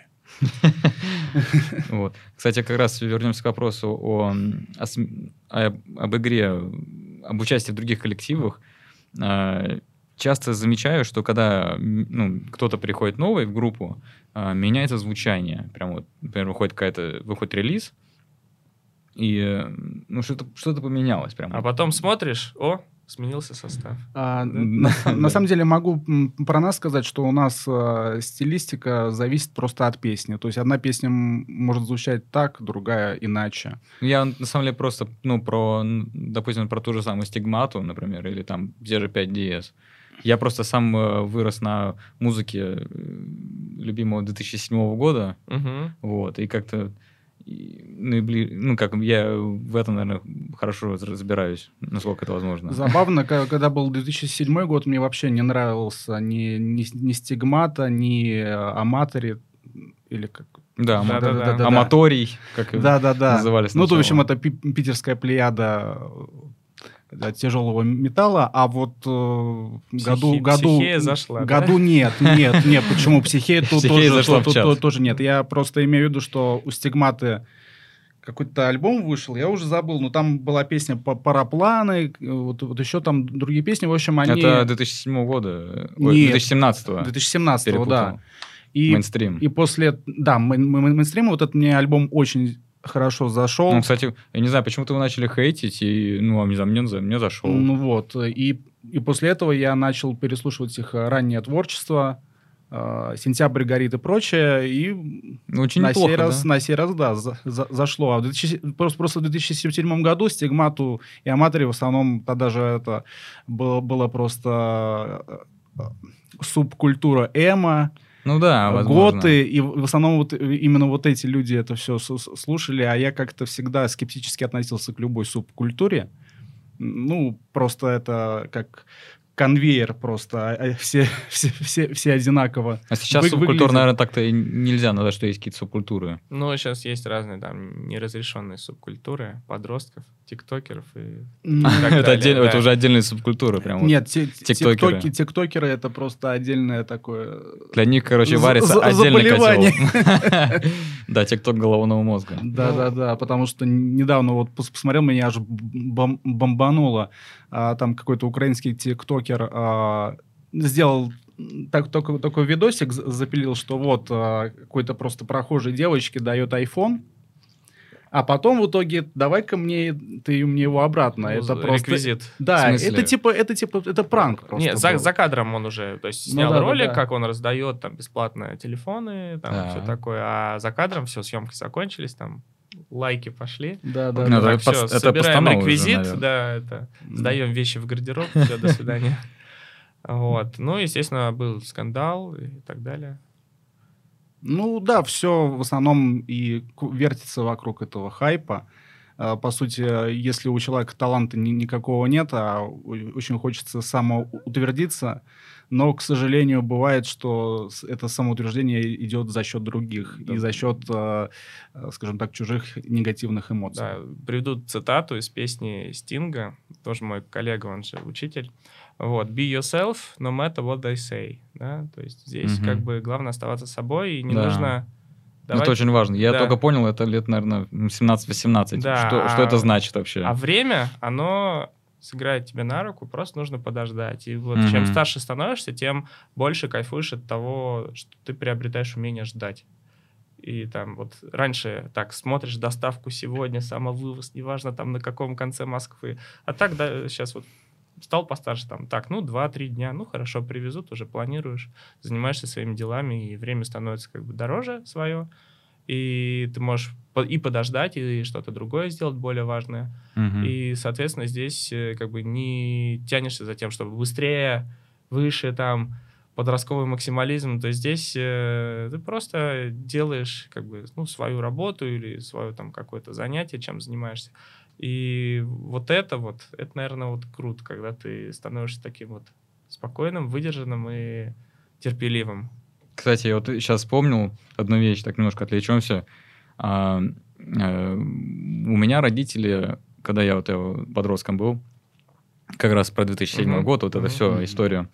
Вот. Кстати, как раз вернемся к вопросу о, о см- о- об игре, об участии в других коллективах. А, Часто замечаю, что когда м, ну, кто-то приходит новый в группу, а, меняется звучание. Прям вот, например, выходит какая-то, выходит релиз, и э, ну, что-то, что-то поменялось. Прям. А потом смотришь, о, Сменился состав. А, Да? на, на самом деле могу м, про нас сказать, что у нас э, стилистика зависит просто от песни. То есть одна песня м- может звучать так, другая иначе. Я, на самом деле, просто, ну, про, н- допустим, про ту же самую стигмату, например, или там те же пять ди эс. Я просто сам э, вырос на музыке э, любимого две тысячи седьмого года, Мгм. вот, и как-то, и- ну, и бли- ну, как я в этом, наверное, хорошо раз- разбираюсь, насколько это возможно. Забавно, ка- когда был две тысячи седьмой год, мне вообще не нравился ни, ни, ни стигмата, ни э, аматори, или как... Да, ама- Да-да-да. аматорий, как и Да-да-да. называли Ну, то, в общем, сначала. это пи- питерская плеяда э, тяжелого металла, а вот э, году... Психи- году психея зашла, да? году нет, нет, нет, почему психея тут Психея тоже, зашла в тут- чат. тут тоже нет. Я просто имею в виду, что у стигматы какой-то альбом вышел, я уже забыл, но там была песня «Па- «Парапланы», вот, вот еще там другие песни, в общем, они... Это две тысячи седьмого года, ой, Нет. две тысячи семнадцатого. две тысячи семнадцатого, перепутал. да. И, Мейнстрим. и после, да, мейн- мейн- мейнстрима вот этот мне альбом очень хорошо зашел. Ну, кстати, я не знаю, почему-то вы начали хейтить, и, ну, а мне, за- мне, за- мне зашел. Ну вот, и, и после этого я начал переслушивать их э, раннее творчество, э, «Сентябрь горит» и прочее, и Ну, очень на, неплохо, сей раз, да? на сей раз, да, за- за- зашло. А в две тысячи просто, просто в две тысячи седьмом году стигмату и аматори в основном тогда же это было, было просто э, э, субкультура эмо, Ну да, возможно. готы, и в в основном вот э, именно вот эти люди это все слушали, а я как-то всегда скептически относился к любой субкультуре. Ну, просто это как конвейер просто, а- а все, все, все, все одинаково. А сейчас вы- субкультура, выглядит. наверное, так-то и нельзя назвать, что есть какие-то субкультуры. Ну, сейчас есть разные там неразрешенные субкультуры подростков, тиктокеров и М, так это, далее, отдельно- да. это уже отдельные субкультуры. Прям вот. Нет, те- те- тиктокеры. тиктоки- тиктокеры это просто отдельное такое... Для них, короче, За- варится за- отдельный заболевание. котел. Да, тикток головного мозга. Да-да-да, потому что недавно вот пос- посмотрел, меня аж бом- бомбануло. А, там какой-то украинский тиктокер а, сделал так, только, такой видосик, з- запилил, что вот а, какой-то просто прохожей девочке дает iPhone, а потом в итоге давай-ка мне ты мне его обратно. Ну, это за- просто... реквизит. Да, В смысле? это типа, это типа, это пранк просто Нет, за, был. за кадром он уже, то есть Ну снял да, да, ролик, да. как он раздает там бесплатно телефоны, там Так. все такое, а за кадром все, съемки закончились, там лайки пошли. Да, да, Ну, да. это Так, под- все, это собираем постанова уже, реквизит, наверное. да, это, сдаем вещи в гардероб, все, до свидания. Вот. Ну, естественно, был скандал и так далее. Ну да, все в основном и ку- вертится вокруг этого хайпа. А, По сути, если у человека таланта ни- никакого нет, а у- очень хочется самоутвердиться, но, к сожалению, бывает, что с- это самоутверждение идет за счет других Да. и за счет, э, э, скажем так, чужих негативных эмоций. Да, приведу цитату из песни Стинга, тоже мой коллега, он же учитель. Вот, be yourself, no matter what they say. Да? То есть здесь Мгм. как бы главное оставаться собой, и не Да. нужно... Это давать- очень важно. Я Да. только понял это лет, наверное, семнадцать-восемнадцать. Да, Что, что а- это значит вообще? А время, оно сыграет тебе на руку, просто нужно подождать. И вот Мгм. чем старше становишься, тем больше кайфуешь от того, что ты приобретаешь умение ждать. И там вот раньше так смотришь доставку сегодня, самовывоз, неважно там на каком конце Москвы. А так да, сейчас вот стал постарше, там, так, ну, два-три дня, ну, хорошо, привезут, уже планируешь, занимаешься своими делами, и время становится как бы дороже свое, и ты можешь по- и подождать, и что-то другое сделать более важное. Мгм. И, соответственно, здесь э, как бы не тянешься за тем, чтобы быстрее, выше, там, подростковый максимализм, то здесь э, ты просто делаешь как бы, ну, свою работу или свое там какое-то занятие, чем занимаешься. И вот это вот, это, наверное, вот круто, когда ты становишься таким вот спокойным, выдержанным и терпеливым. Кстати, я вот сейчас вспомнил одну вещь, так немножко отвлечемся. А, э, у меня родители, когда я вот я подростком был, как раз про две тысячи седьмой Мгм. год, вот это Мгм. все, историю,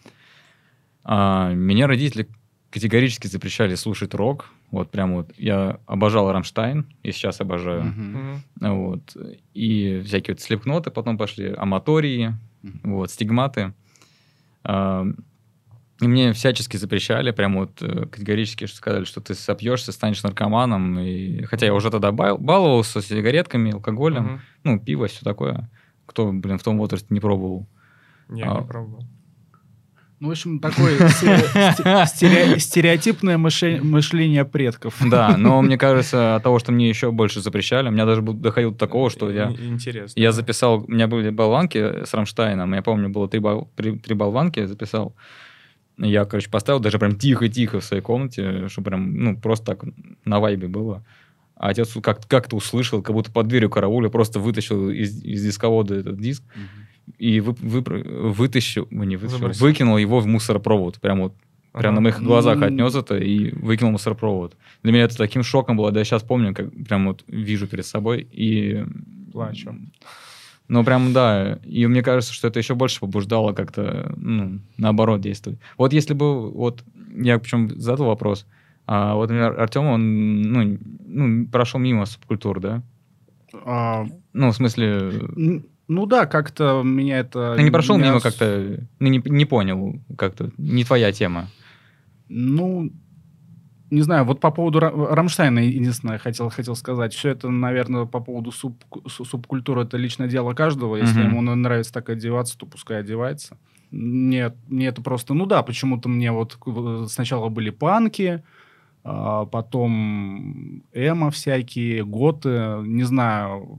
а, меня родители категорически запрещали слушать рок. Вот прям вот я обожал Рамштайн, и сейчас обожаю. Мгм. Мгм. Вот. И всякие вот слепноты потом пошли, аматории, Мгм. вот, стигматы. А, И мне всячески запрещали, прям вот э, категорически что сказали, что ты сопьешься, станешь наркоманом. И... Хотя я уже тогда бал- баловался с сигаретками, алкоголем, Мгм. ну, пиво, все такое. Кто, блин, в том возрасте не пробовал. Я А. не пробовал. Ну, в общем, такое стере- стереотипное мыше- мышление предков. Да, но мне кажется, от того, что мне еще больше запрещали, у меня даже был- доходило до такого, что я... Ин- Интересно. Я да. записал, у меня были болванки с Рамштайном, я помню, было три, бол- три, три болванки, я записал. Я, короче, поставил даже прям тихо-тихо в своей комнате, чтобы прям, ну, просто так на вайбе было. А отец как- как-то услышал, как будто под дверью карауля, просто вытащил из, из дисковода этот диск и вы, выпр- вытащил, ну, не вытащил, Выбросил. выкинул его в мусоропровод. Прям вот, прям Ага. на моих глазах М. отнес это и выкинул в мусоропровод. Для меня это таким шоком было, да я сейчас помню, как прям вот вижу перед собой и... Плачу. Ну, прям, да. И мне кажется, что это еще больше побуждало как-то, ну, наоборот действовать. Вот если бы, вот, я причем задал вопрос, а вот, например, Артем, он, ну, ну, прошел мимо субкультур, да? А, Ну, в смысле, н- Ну да, как-то меня это... ты не прошел не мимо ос- как-то, ну, не, не понял как-то, не твоя тема. Ну, не знаю, вот по поводу Ра- Рамштайна единственное хотел, хотел сказать. Все это, наверное, по поводу суб- су- субкультуры, это личное дело каждого. Если Мгм. ему на- нравится так одеваться, то пускай одевается. Нет, мне это просто... Ну да, почему-то мне вот к- сначала были панки, а потом эмо всякие, готы, не знаю,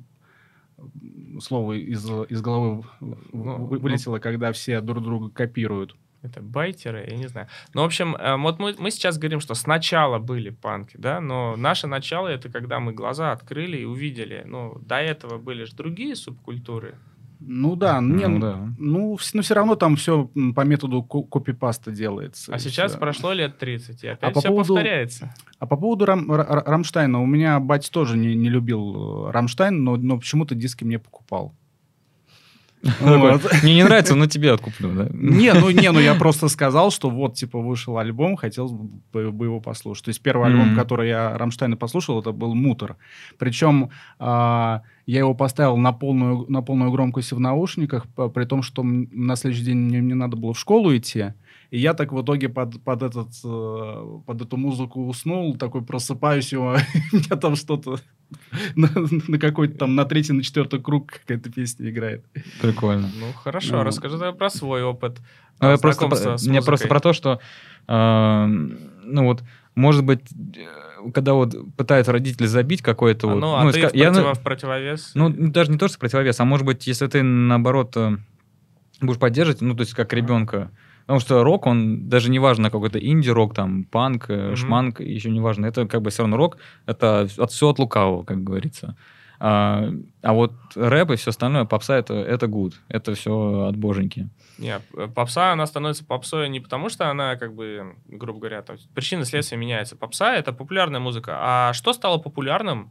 слово из, из головы в- Ну, вы- вылетело, когда все друг друга копируют. Это байтеры, я не знаю. Ну, в общем, э, вот мы, мы сейчас говорим, что сначала были панки, да, но наше начало — это когда мы глаза открыли и увидели. Ну, до этого были же другие субкультуры. Ну да, не, Ну ну, да. ну, вс- но все равно там все по методу ко- копипаста делается. А и сейчас всё. прошло лет тридцать, и опять по все поводу- повторяется. А по поводу Рам- Ра- Ра- Рамштайна, у меня батя тоже не, не любил э, Рамштайн, но, но почему-то диски мне покупал. Вот. Мне не нравится, но тебе откуплю, да? Не, ну не, ну я просто сказал, что вот, типа, вышел альбом, хотел бы, бы его послушать. То есть первый альбом, Мгм. который я Рамштайна послушал, это был «Мутор». Причем а, я его поставил на полную, на полную громкость в наушниках, п- при том, что м- на следующий день мне, мне надо было в школу идти. И я так в итоге под, под, этот, э, под эту музыку уснул, такой просыпаюсь, и у меня там что-то на, на какой-то там, на третий, на четвертый круг какая-то песня играет. Прикольно. Ну, хорошо, Ну. расскажи тогда про свой опыт. Ну, а, я просто, знакомства про- с мне просто музыкой. про то, что, э, ну вот, может быть, э, когда вот пытаются родители забить какой-то А, вот... ну, а ты ска- в, я, ну, противо- в противовес? ну, даже не то, что противовес, а может быть, если ты, наоборот, э, будешь поддерживать, ну, то есть как ребенка, потому что рок, он даже не важно, какой-то инди-рок, там, панк, э, Мгм. шманк, еще не важно, это как бы все равно рок, это от, все от лукавого, как говорится. А, а вот рэп и все остальное, попса, это, это good, это все от боженьки. Нет, п- попса, она становится попсой не потому, что она, как бы, грубо говоря, там, причина следствия меняется. Попса — это популярная музыка. А что стало популярным?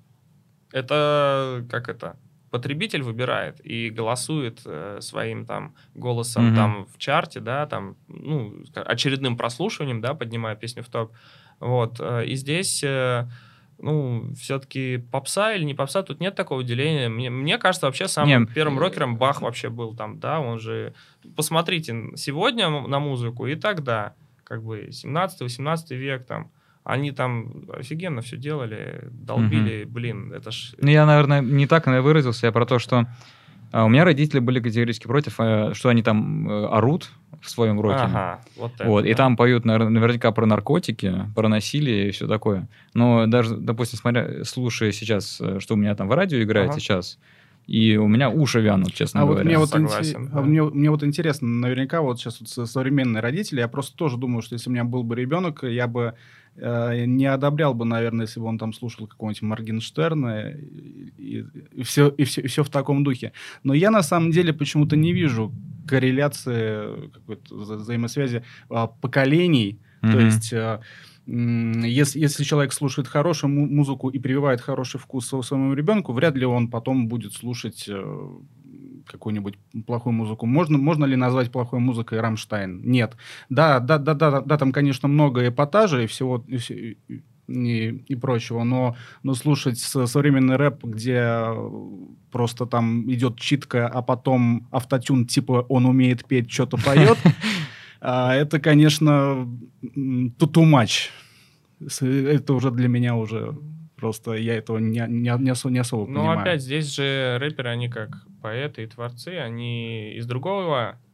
Это, как это, потребитель выбирает и голосует э, своим там голосом Мгм. там в чарте, да, там, ну, ска- очередным прослушиванием, да, поднимая песню в топ. Вот. э, И здесь... э, ну, все-таки попса или не попса, тут нет такого деления. Мне, мне кажется, вообще самым Не, первым э, рокером Бах вообще был там, да, он же... Посмотрите сегодня на музыку и тогда, как бы семнадцатый-восемнадцатый век там, они там офигенно все делали, долбили, блин, это ж... Ну, я, наверное, не так наверное, выразился, я про то, что а, у меня родители были категорически против, э, что они там э, орут в своем роке. Ага, вот это. Вот, и да. там поют навер- наверняка про наркотики, про насилие и все такое. Но даже, допустим, смотря, слушая сейчас, э, что у меня там в радио играет Ага. сейчас, и у меня уши вянут, честно А вот говоря. мне вот, Согласен, инте- да. а мне, мне вот интересно, наверняка вот сейчас вот со- современные родители, я просто тоже думаю, что если у меня был бы ребенок, я бы э, не одобрял бы, наверное, если бы он там слушал какого-нибудь Моргенштерна и, и, все, и, все, и все в таком духе. Но я на самом деле почему-то не вижу корреляции, какой-то вза- взаимосвязи а, поколений. То Мгм. есть, э, м, если, если человек слушает хорошую му- музыку и прививает хороший вкус сво- своему ребенку, вряд ли он потом будет слушать э, какую-нибудь плохую музыку. Можно, можно ли назвать плохой музыкой Рамштайн? Нет. Да, да, да, да, да, там, конечно, много эпатажа и всего и, все- и- и, и прочего, но, но слушать с- современный рэп, где просто там идет читка, а потом автотюн, типа он умеет петь, что-то поет, а, это, конечно, м, too too much. С- Это уже для меня уже просто, я этого не, не, не особо, не особо Ну, понимаю. опять, здесь же рэперы, они как поэты и творцы, они из другого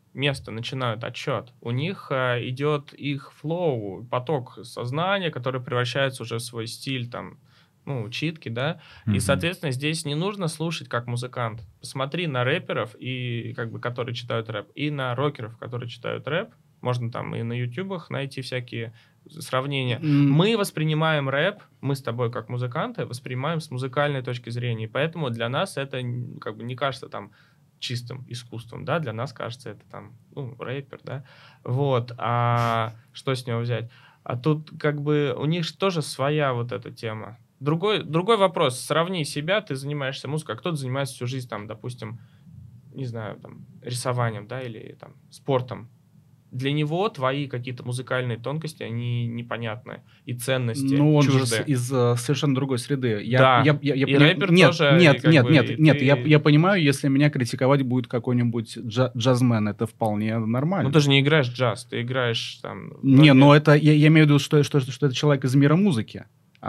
места начинают отсчет, у них э, идет их флоу, поток сознания, который превращается уже в свой стиль, там, ну, читки, да, и, Мгм. соответственно, здесь не нужно слушать как музыкант. Посмотри на рэперов, и, как бы, которые читают рэп, и на рокеров, которые читают рэп. Можно там и на ютубах найти всякие сравнения. М, Мы воспринимаем рэп, мы с тобой как музыканты, воспринимаем с музыкальной точки зрения, и поэтому для нас это н- как бы не кажется там чистым искусством, да, для нас кажется это там, ну, рэпер, да, вот, а что с него взять? А тут как бы у них ж тоже своя вот эта тема. Другой, другой вопрос, сравни себя, ты занимаешься музыкой, а кто-то занимается всю жизнь, там, допустим, не знаю, там, рисованием, да, или там спортом. Для него твои какие-то музыкальные тонкости, они непонятны, и ценности Ну, он же с- чужды. из э, совершенно другой среды. Я, Да, я, я, я и пони- рэпер Нет, тоже, и нет, как нет, бы, и нет, нет. Я, ты... я понимаю, если меня критиковать будет какой-нибудь джа- джазмен, это вполне Ну, нормально. ты же не играешь джаз, ты играешь там... Не, многие- но это я, я имею в виду, что, что, что это человек из мира музыки.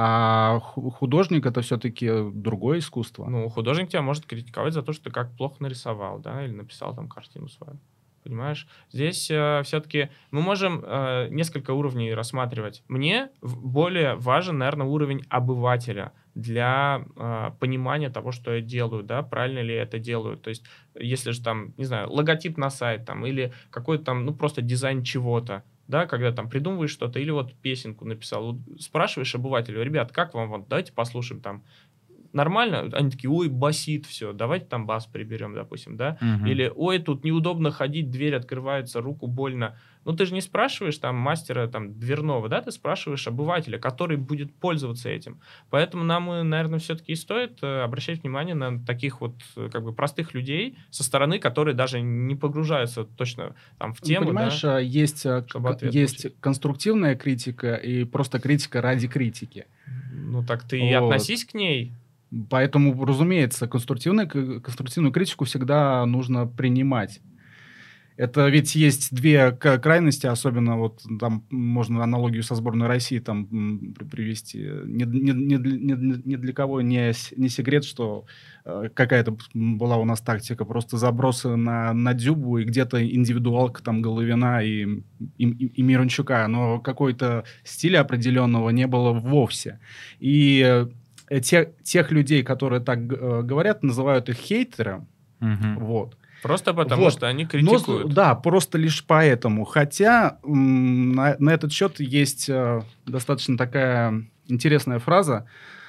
А ху- художник это все-таки другое искусство. Ну, художник тебя может критиковать за то, что ты как плохо нарисовал, да, или написал там картину свою. Понимаешь? Здесь все-таки мы можем э, несколько уровней рассматривать. Мне в- более важен, наверное, уровень обывателя для э, понимания того, что я делаю, да, правильно ли я это делаю. То есть, если же там, не знаю, логотип на сайт там, или какой-то там, ну, просто дизайн чего-то, да, когда там придумываешь что-то, или вот песенку написал, вот спрашиваешь обывателю: ребят, как вам, вот, давайте послушаем там, нормально? Они такие: ой, басит все, давайте там бас приберем, допустим, да? Мгм. Или: ой, тут неудобно ходить, дверь открывается, руку больно. Ну, ты же не спрашиваешь там мастера там дверного, да, ты спрашиваешь обывателя, который будет пользоваться этим. Поэтому нам, э, наверное, все-таки и стоит э, обращать внимание на таких вот э, как бы простых людей со стороны, которые даже не погружаются точно там в Ну, тему, понимаешь, да, а, есть, а, чтобы к- ответ есть получить. конструктивная критика и просто критика ради критики. Ну, так ты и Вот. относись к ней. Поэтому, разумеется, конструктивную, к- конструктивную критику всегда нужно принимать. Это ведь есть две к- крайности, особенно вот там можно аналогию со сборной России там м, при- привести. Ни, ни- ни для ни для- ни для кого не, с- не секрет, что э, какая-то м, была у нас тактика, просто забросы на, на Дзюбу и где-то индивидуалка там Головина и, и, и- и Мирончука, но какой-то стиля определенного не было вовсе. И э, те- тех людей, которые так э, говорят, называют их хейтеры. Мгм. Вот. Просто потому, Вот. что они Но с- критикуют. да, просто лишь поэтому. Хотя м, на, на этот счет есть э, достаточно такая интересная фраза.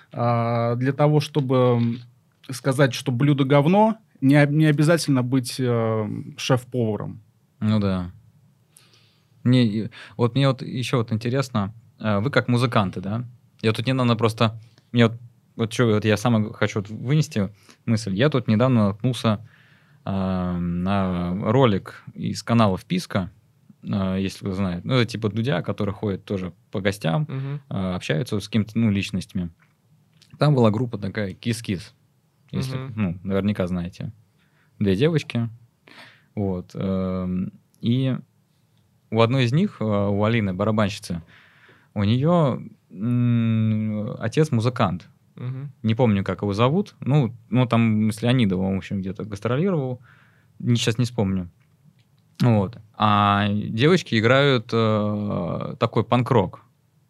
А, для того, чтобы м, сказать, что блюдо говно, не, об- не обязательно быть э, шеф-поваром. Ну да. Мне, и- вот мне вот еще вот интересно, э, вы как музыканты, да? Я тут недавно просто, мне вот, вот что, вот я сам хочу вот вынести мысль. Я тут недавно наткнулся э, на ролик из канала «Вписка», э, если вы знаете. Ну, это типа Дудя, который ходит тоже по гостям, Мгм. э, общаются с какими-то, ну, личностями. Там была группа такая «Кис-Кис», если, Мгм. ну, наверняка знаете. Две девочки. Вот. эм, И у одной из них, э, у Алины, барабанщицы, у нее м, отец музыкант. Мгм. Не помню, как его зовут. Ну, ну там с Леонидовым, в общем, где-то гастролировал. Сейчас не вспомню. Вот. А девочки играют э, такой панк-рок.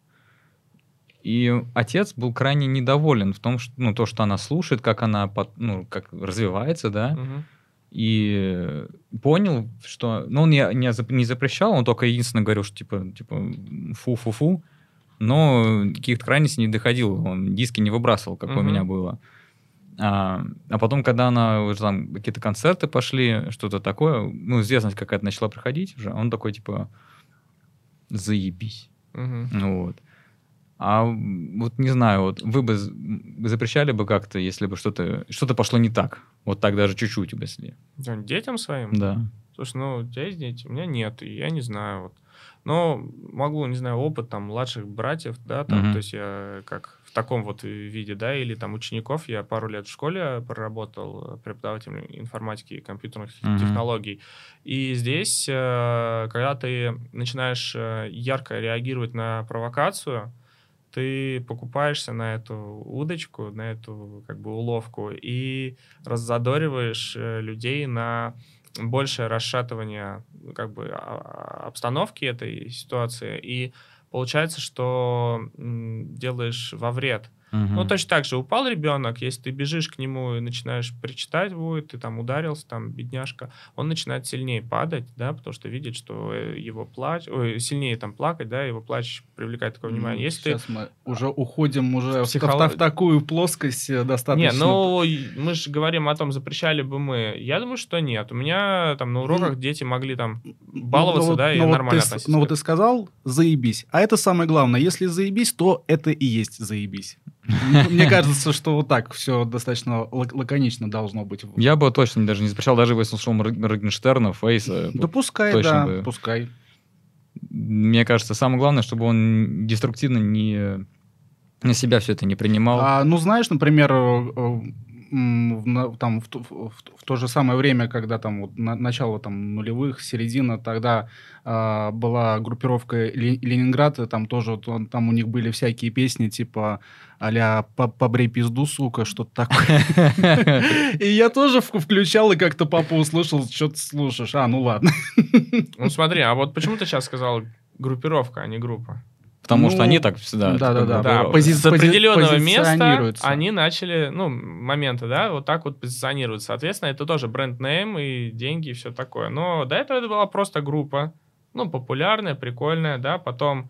И отец был крайне недоволен в том, что, ну, то, что она слушает, как она под- ну, как развивается, да, Мгм. и понял, что... Ну, он не, не, зап- не запрещал, он только единственное говорил, что типа, типа фу-фу-фу, но каких-то крайностей не доходил, он диски не выбрасывал, как у Мгм. меня было. А, а потом, когда она уже там какие-то концерты пошли, что-то такое, ну, известность какая-то начала приходить уже, он такой, типа, заебись. Мгм. Ну вот. А м, вот не знаю, вот вы бы з- м, запрещали бы как-то, если бы что-то что-то пошло не так? Вот так даже чуть-чуть, если. Да, детям своим? Да. Слушай, ну, у тебя есть дети? У меня нет, и я не знаю. Вот. Но могу, не знаю, опыт там младших братьев, да, там, Мгм. то есть я как в таком вот виде, да, или там учеников. Я пару лет в школе проработал э, преподавателем информатики и компьютерных Мгм. технологий. И здесь, э, когда ты начинаешь э, ярко реагировать на провокацию, ты покупаешься на эту удочку, на эту как бы уловку и раззадориваешь э, людей на большее расшатывание как бы обстановки этой ситуации, и получается, что м, делаешь во вред. Мгм. Ну, точно так же упал ребенок, если ты бежишь к нему и начинаешь причитать будет, ты там ударился, там, бедняжка, он начинает сильнее падать, да, потому что видит, что э, его плач, ой, сильнее там плакать, да, его плач привлекает такое внимание. Ну, Если сейчас мы уже уходим уже в, психоло- в- в такую плоскость э, ты... достаточно... Не, ну, и мы же говорим о том, запрещали бы мы. Я думаю, что нет. У меня там на уроках дети могли там баловаться, ну, вот- да, и ну, вот нормально ты, с- относиться. Ну, к вот ты сказал, заебись. А это самое главное. Если заебись, то это и есть заебись. Мне кажется, что вот так все достаточно лак- лаконично должно быть. Я бы точно даже не запрещал, даже если слушал Мор- Моргенштерна, Фейса. Да пускай, точно да, бы. пускай. Мне кажется, самое главное, чтобы он деструктивно не на себя все это не принимал. А, ну, знаешь, например, э, э, м, в, на- там, в, то- в- в то же самое время, когда там вот, на- начало там, нулевых, середина, тогда а, была группировка Ле- Ленинград, и там тоже вот он- там у них были всякие песни типа а-ля «По- «Побрей пизду, сука», что-то такое. И я тоже в- включал и как-то папа услышал, что ты слушаешь. А, ну ладно. Ну, смотри, а вот почему ты сейчас сказал группировка, а не группа? Потому Ну, что они так всегда... да-да-да. Да, Пози- с определенного пози- места позиционируются. они начали, ну, моменты, да, вот так вот позиционируют. Соответственно, это тоже бренд-нейм и деньги и все такое. Но до этого это была просто группа, ну, популярная, прикольная, да, потом...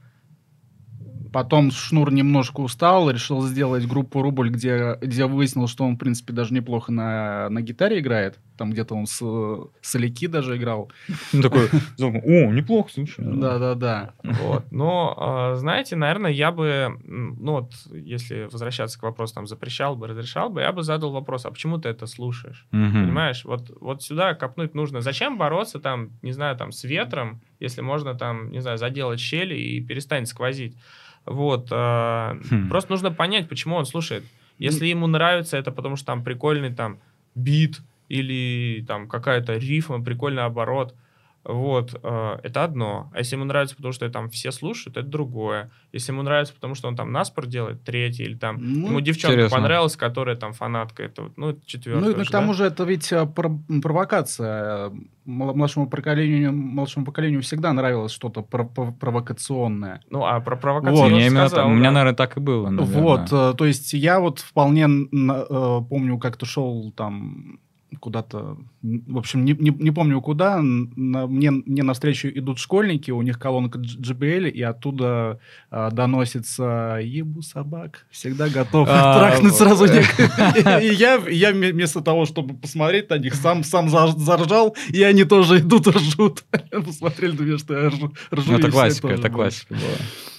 Потом Шнур немножко устал, решил сделать группу «Рубль», где, где выяснил, что он, в принципе, даже неплохо на, на гитаре играет. Там где-то он с соляки даже играл. Он такой, о, неплохо, слушай. Да-да-да. Вот. Но, э, знаете, наверное, я бы, м, ну вот, если возвращаться к вопросу, там, запрещал бы, разрешал бы, я бы задал вопрос, а почему ты это слушаешь? Мгм. Понимаешь? Вот, вот сюда копнуть нужно. Зачем бороться, там, не знаю, там, с ветром, если можно, там, не знаю, заделать щели и перестанет сквозить? Вот. э, Хм. Просто нужно понять, почему он слушает. Если ему нравится это, потому что там прикольный там бит или там какая-то рифма, прикольный оборот, вот, э, это одно. А если ему нравится, потому что там все слушают, это другое. Если ему нравится, потому что он там наспор делает, третий, или там Ну, ему девчонка интересно. понравилась, которая там фанатка, это вот, ну, это четвертое. Ну, и уже, к тому да? же это ведь а, про- провокация. Мл- Младшему поколению, младшему поколению всегда нравилось что-то про- про- провокационное. Ну, а про провокацию Вот. я Не, уже именно сказал, так. У меня, да. наверное, так и было. наверное. Вот, э, то есть я вот вполне на- э, помню, как-то шел там куда-то, м, в общем, не, не, не помню куда, н- на- мне, мне навстречу идут школьники, у них колонка Дж- джей би эл, и оттуда э, доносится «Ебу собак, всегда готов А, трахнуть вот. сразу». нек- И я, и я вме- вместо того, чтобы посмотреть на них, сам, сам зар- заржал, и они тоже идут ржут. Посмотрели, думаю, что я ржу. ржу, Ну, и это все классика, тоже это больше. классика была.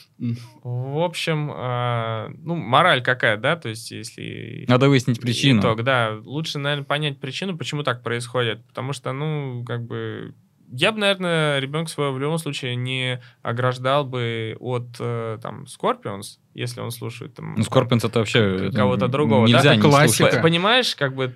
В общем, э, ну, мораль какая, да, то есть если... Надо выяснить причину. Итог, да. Лучше, наверное, понять причину, почему так происходит. Потому что, ну, как бы... Я бы, наверное, ребенка своего в любом случае не ограждал бы от, э, там, Scorpions, если он слушает там... Ну, Скорпионс это вообще... Кого-то м, другого, да? Нельзя Это не классика. слушать. Понимаешь, как бы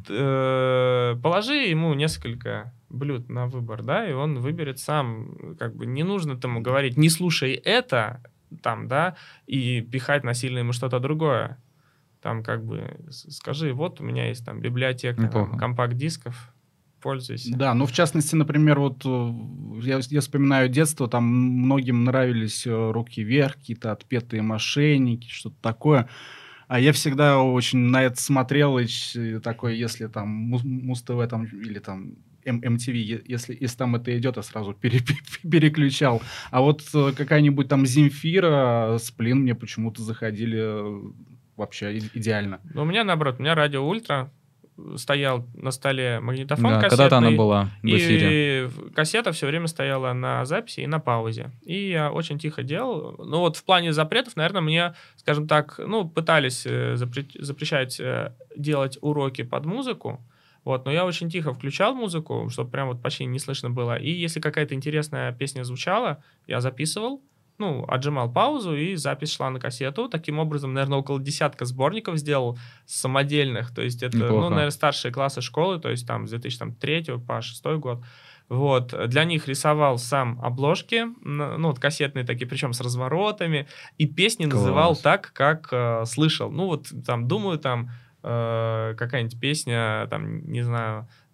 э, положи ему несколько блюд на выбор, да, и он выберет сам. Как бы не нужно тому говорить, не слушай это, там, да, и пихать насильно ему что-то другое. Там как бы с- скажи, вот у меня есть там библиотека Неплохо. там, компакт-дисков, пользуйся. Да, ну в частности, например, вот э, я, я вспоминаю детство, там многим нравились э, «Руки вверх», какие-то «Отпетые мошенники», что-то такое. А я всегда очень на это смотрел, и ч- такой, если там Муз- Муз-ТВ там, или там М- эм ти ви, е- если, если там это идет, я сразу пере- переключал. А вот э, какая-нибудь там Земфира, Сплин мне почему-то заходили э, вообще и- идеально. Но у меня наоборот, у меня радио Ультра стоял на столе магнитофон Да, кассетный. когда-то она была в эфире. И в- кассета все время стояла на записи и на паузе. И я очень тихо делал. Ну вот в плане запретов, наверное, мне, скажем так, ну, пытались э, запре- запрещать э, делать уроки под музыку. Вот, но я очень тихо включал музыку, чтобы прям вот почти не слышно было. И если какая-то интересная песня звучала, я записывал, ну, отжимал паузу, и запись шла на кассету. Таким образом, наверное, около десятка сборников сделал самодельных. То есть это, Неплохо. ну, наверное, старшие классы школы, то есть там с две тысячи третьего по шестой год. Вот. Для них рисовал сам обложки, на- ну, вот кассетные такие, причем с разворотами, и песни Класс. называл так, как э, слышал. Ну, вот там, думаю, там э, какая-нибудь песня, там, не знаю,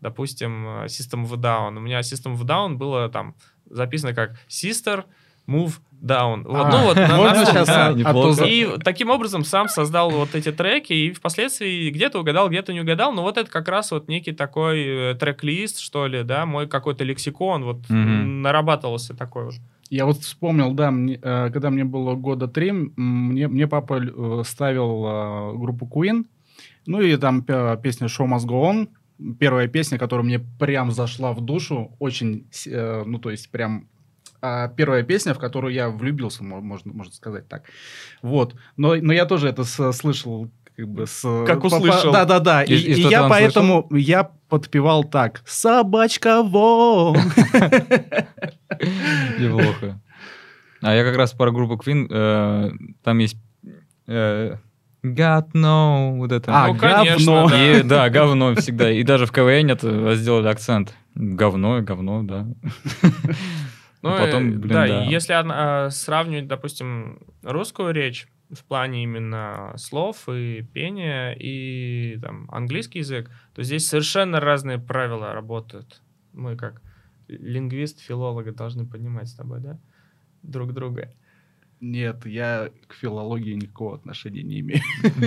допустим, System of a Down. У меня System of a Down было там записано как Sister Move Down. Вот, А, ну вот, на- можно на- сейчас, да. а, а то за- И таким образом сам создал вот эти треки, и впоследствии где-то угадал, где-то не угадал, но вот это как раз вот некий такой э, трек-лист, что ли, да, мой какой-то лексикон, вот Мгм. нарабатывался такой вот. Я вот вспомнил, да, мне, э, когда мне было года три, м, мне, мне папа э, ставил э, группу Queen, ну и там пе- песня Show Must Go On, первая песня, которая мне прям зашла в душу, очень, с- э, ну то есть прям а, первая песня, в которую я влюбился, мо- можно, можно сказать так. Вот, но, но я тоже это с- слышал как бы с... Как по- по- услышал. Да-да-да, и, И- и и что ты я там поэтому, я подпевал так, собачка вон. Неплохо. А я как раз про группу Queen, э, там есть э, God No, вот это. А, Ну, конечно, говно. да. И, да, говно всегда. И даже в КВН это сделали акцент. Говно, говно, да. Ну, А потом, э, блин, да, да. и если а, сравнивать, допустим, русскую речь в плане именно слов и пения, и там, английский язык, то здесь совершенно разные правила работают. Мы как лингвист, филолога должны понимать с тобой, да, друг друга. Нет, я к филологии никакого отношения не имею.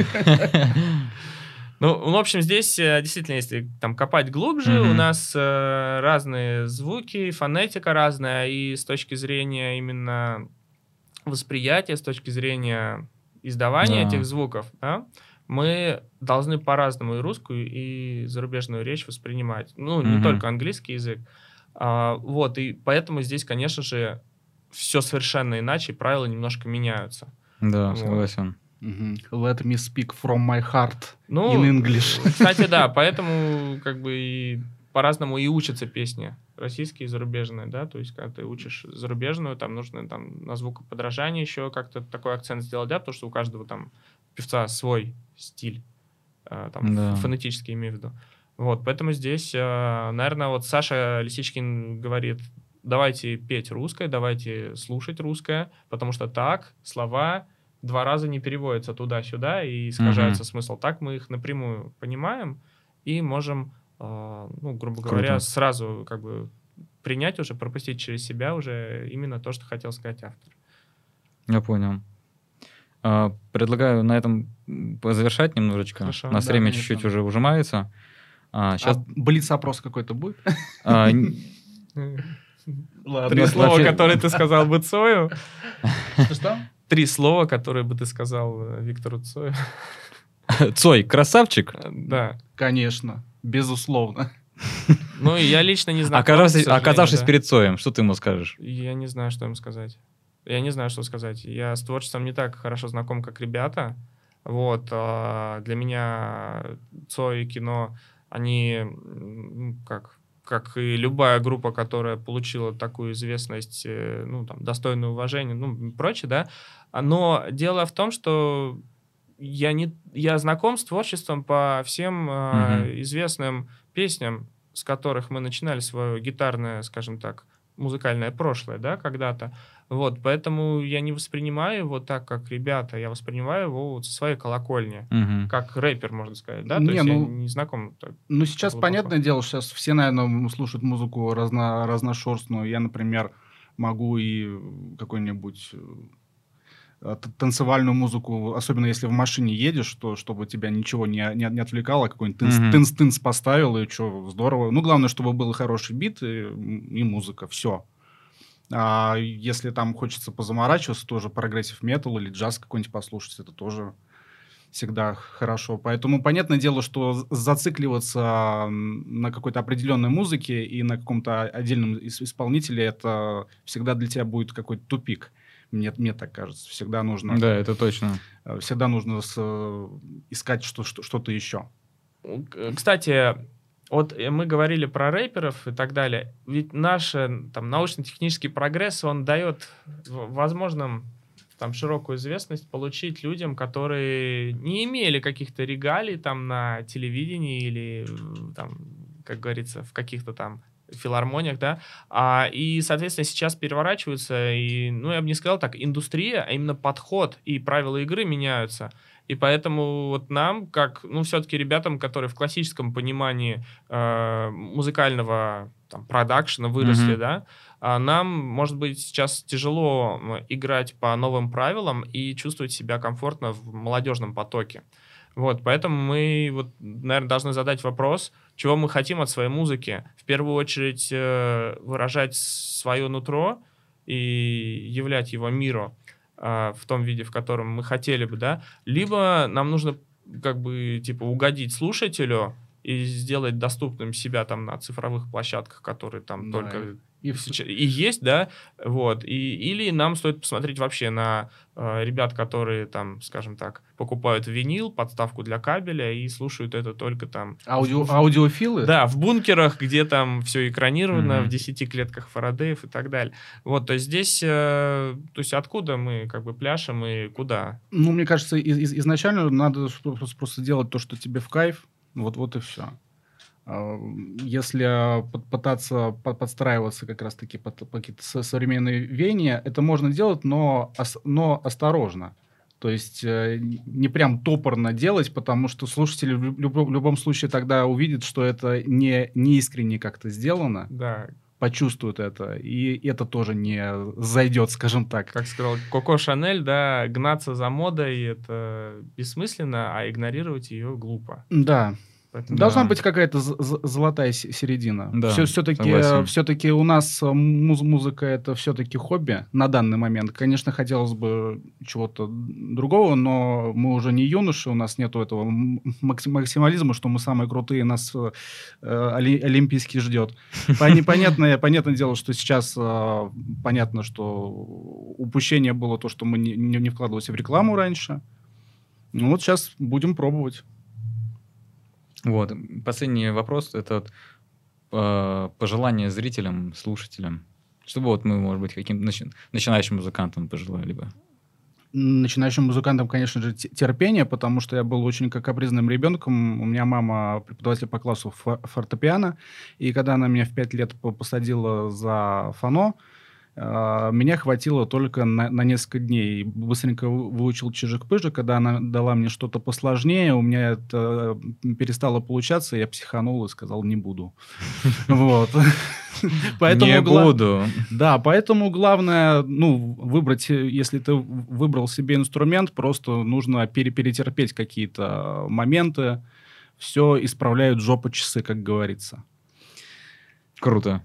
Ну, в общем, здесь э, действительно, если там копать глубже, Мгм. у нас э, разные звуки, фонетика разная, и с точки зрения именно восприятия, с точки зрения издавания Да. этих звуков, да, мы должны по-разному и русскую, и зарубежную речь воспринимать. Ну, не Мгм. только английский язык. А, вот, и поэтому здесь, конечно же, все совершенно иначе, правила немножко меняются. Да, Вот. согласен. Мгм. Let me speak from my heart Ну, in English. кстати, да, поэтому как бы и по-разному и учатся песни, российские и зарубежные, да, то есть когда ты учишь зарубежную, там нужно там на звукоподражание еще как-то такой акцент сделать, да, потому что у каждого там певца свой стиль, э, там Да. фонетически имею в виду. Вот, поэтому здесь, э, наверное, вот Саша Лисичкин говорит, давайте петь русское, давайте слушать русское, потому что так слова два раза не переводятся туда-сюда и искажается Мгм. смысл. Так мы их напрямую понимаем и можем, э, ну, грубо говоря, Круто. сразу как бы принять уже, пропустить через себя уже именно то, что хотел сказать автор. Я понял. А, Предлагаю на этом м, завершать немножечко. Хорошо. У нас Да, время конечно. чуть-чуть уже ужимается. А, сейчас А блиц-опрос какой-то будет? Ладно. Три Ну, слова, вообще- которые ты сказал бы Цою. Что? Три слова, которые бы ты сказал э, Виктору Цою. Цой, красавчик. Э, Да. Конечно, безусловно. Ну, и я лично не знаю. Оказавшись, оказавшись перед Цоем, что ты ему скажешь? Я не знаю, что им сказать. Я не знаю, что сказать. Я с творчеством не так хорошо знаком, как ребята. Вот. а Для меня Цой и кино, они, м, как, как и любая группа, которая получила такую известность, э, ну, там, достойное уважение, ну, и прочее, да. А, Но дело в том, что я, не, я знаком с творчеством по всем а, Мгм. известным песням, с которых мы начинали свое гитарное, скажем так, музыкальное прошлое, да, когда-то. Вот, поэтому я не воспринимаю его так, как ребята, я воспринимаю его вот со своей колокольни, Мгм. как рэпер, можно сказать, да, то Не, есть я ну, не знаком так. Ну, сейчас, Глубоко. понятное дело, сейчас все, наверное, слушают музыку разно, разношерстную. Я, например, могу и какой-нибудь э, т- танцевальную музыку, особенно если в машине едешь, то чтобы тебя ничего не, не, не отвлекало, какой-нибудь тынс, Мгм. тынс-тынс поставил, и что, здорово. Ну, главное, чтобы был хороший бит и, и музыка, все. А если там хочется позаморачиваться, тоже прогрессив метал или джаз какой-нибудь послушать, это тоже всегда хорошо. Поэтому понятное дело, что з- зацикливаться м, на какой-то определенной музыке и на каком-то отдельном ис- исполнителе, это всегда для тебя будет какой-то тупик. Мне, мне так кажется. Всегда нужно, Да, это точно. э, всегда нужно с- э, искать что, что, что-то еще. К- Кстати, вот э, мы говорили про рэперов и так далее. Ведь наш э, там научно-технический прогресс, он дает в- возможным там широкую известность получить людям, которые не имели каких-то регалий там на телевидении или э, там, как говорится, в каких-то там филармониях, да, а, и, соответственно, сейчас переворачиваются, и, ну, я бы не сказал так, индустрия, а именно подход и правила игры меняются. И поэтому вот нам, как, ну, все-таки ребятам, которые в классическом понимании э, музыкального там, продакшена выросли, Мгм. да, а нам, может быть, сейчас тяжело м, играть по новым правилам и чувствовать себя комфортно в молодежном потоке. Вот, поэтому мы, вот, наверное, должны задать вопрос, чего мы хотим от своей музыки. В первую очередь э, выражать свое нутро и являть его миру а, в том виде, в котором мы хотели бы, да. Либо нам нужно как бы типа угодить слушателю и сделать доступным себя там на цифровых площадках, которые там Да, только и в- сейчас и есть, да, вот, и, или нам стоит посмотреть вообще на э, ребят, которые там, скажем так, покупают винил, подставку для кабеля и слушают это только там Аудио, в- в- аудиофилы? да, в бункерах, где там все экранировано, в Мгм. десяти клетках Фарадеев и так далее. Вот, то есть здесь, э, то есть откуда мы как бы пляшем и куда? Ну, мне кажется, из- из- изначально надо что- просто просто делать то, что тебе в кайф. Вот, вот и все. Если а, под- пытаться по- подстраиваться как раз-таки под, под какие-то со- современные веяния, это можно делать, но, ос- но осторожно. То есть э, н- не прям топорно делать, потому что слушатели в люб- в любом случае тогда увидят, что это не, не искренне как-то сделано, Да, почувствуют это, и это тоже не зайдет, скажем так. как сказал Коко Шанель, да, гнаться за модой — это бессмысленно, а игнорировать ее глупо. Да. Поэтому Должна Да. быть какая-то з- з- золотая се- середина. Да, Все, все-таки, согласен. все-таки у нас э, муз- музыка это все-таки хобби на данный момент. Конечно, хотелось бы чего-то другого, но мы уже не юноши, у нас нету этого м- макси- максимализма, что мы самые крутые, нас э, оли- олимпийский ждет. Пони- Понятное, понятное дело, что сейчас э, понятно, что упущение было то, что мы не, не не вкладывались в рекламу раньше. Ну вот сейчас будем пробовать. Вот. Последний вопрос. Это вот, э, пожелание зрителям, слушателям. Чтобы вот мы, может быть, каким-то начи- начинающим музыкантам пожелали бы. Начинающим музыкантам, конечно же, те- терпение, потому что я был очень как капризным ребенком. У меня мама преподаватель по классу фо- фортепиано, и когда она меня в пять лет по- посадила за фано, а, меня хватило только на, на несколько дней. Быстренько вы- выучил чижик-пыжик. Когда она дала мне что-то посложнее, у меня это перестало получаться, я психанул и сказал, не буду. Вот. Поэтому Не гла- буду. Да, поэтому главное, ну, выбрать, э, если ты в- выбрал себе инструмент, просто нужно пере- перетерпеть какие-то моменты. Все исправляют жопа часы, как говорится. Круто.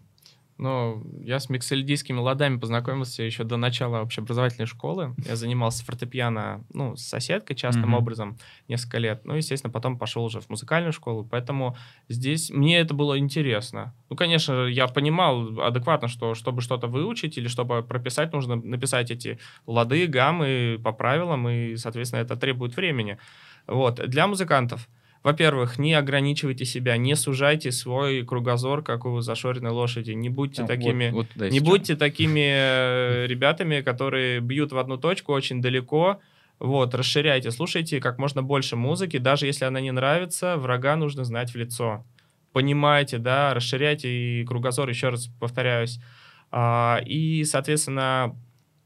Ну, я с миксельдийскими ладами познакомился еще до начала общеобразовательной школы. Я занимался фортепиано, ну, с соседкой частным Мгм. образом несколько лет. Ну, естественно, потом пошел уже в музыкальную школу. Поэтому здесь мне это было интересно. Ну, конечно, я понимал адекватно, что чтобы что-то выучить или чтобы прописать, нужно написать эти лады, гаммы по правилам, и, соответственно, это требует времени. Вот. Для музыкантов. Во-первых, не ограничивайте себя, не сужайте свой кругозор, как у зашоренной лошади. Не будьте Вот- такими, вот туда и не сейчас. будьте такими э, ребятами, которые бьют в одну точку очень далеко. Вот, расширяйте, слушайте как можно больше музыки, даже если она не нравится, врага нужно знать в лицо. Понимаете, да, расширяйте и кругозор, еще раз повторяюсь. А, и, соответственно,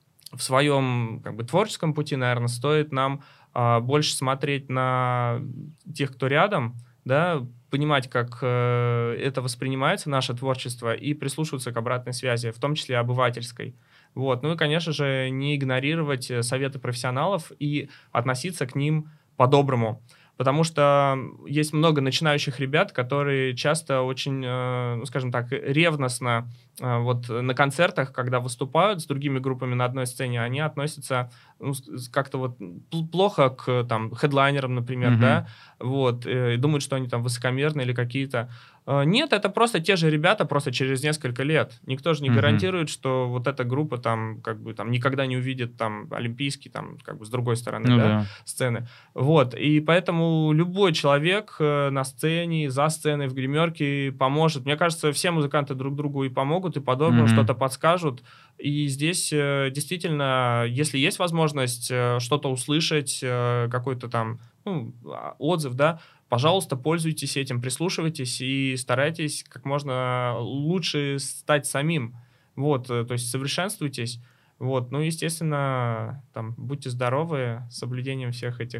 в своем как бы творческом пути, наверное, стоит нам а, больше смотреть на тех, кто рядом, да, понимать, как э, это воспринимается, наше творчество, и прислушиваться к обратной связи, в том числе обывательской. Вот. Ну и, конечно же, не игнорировать э, советы профессионалов и относиться к ним по-доброму. Потому что есть много начинающих ребят, которые часто очень, э, ну, скажем так, ревностно э, вот на концертах, когда выступают с другими группами на одной сцене, они относятся ну, с- с- как-то вот пл- плохо к там хедлайнерам, например, Мгм. да, вот, э, и думают, что они там высокомерные или какие-то. Э, Нет, это просто те же ребята, просто через несколько лет. Никто же не Мгм. гарантирует, что вот эта группа там как бы там никогда не увидит там олимпийский там как бы с другой стороны, Ну да, да. сцены. Вот, и поэтому любой человек э, на сцене, за сценой, в гримерке поможет. Мне кажется, все музыканты друг другу и помогут, и по-доброму Мгм. что-то подскажут. И здесь э, действительно, если есть возможность э, что-то услышать, э, какой-то там ну, а, отзыв, да, пожалуйста, пользуйтесь этим, прислушивайтесь и старайтесь как можно лучше стать самим. Вот, э, то есть совершенствуйтесь. Вот, ну, естественно, там, будьте здоровы с соблюдением всех этих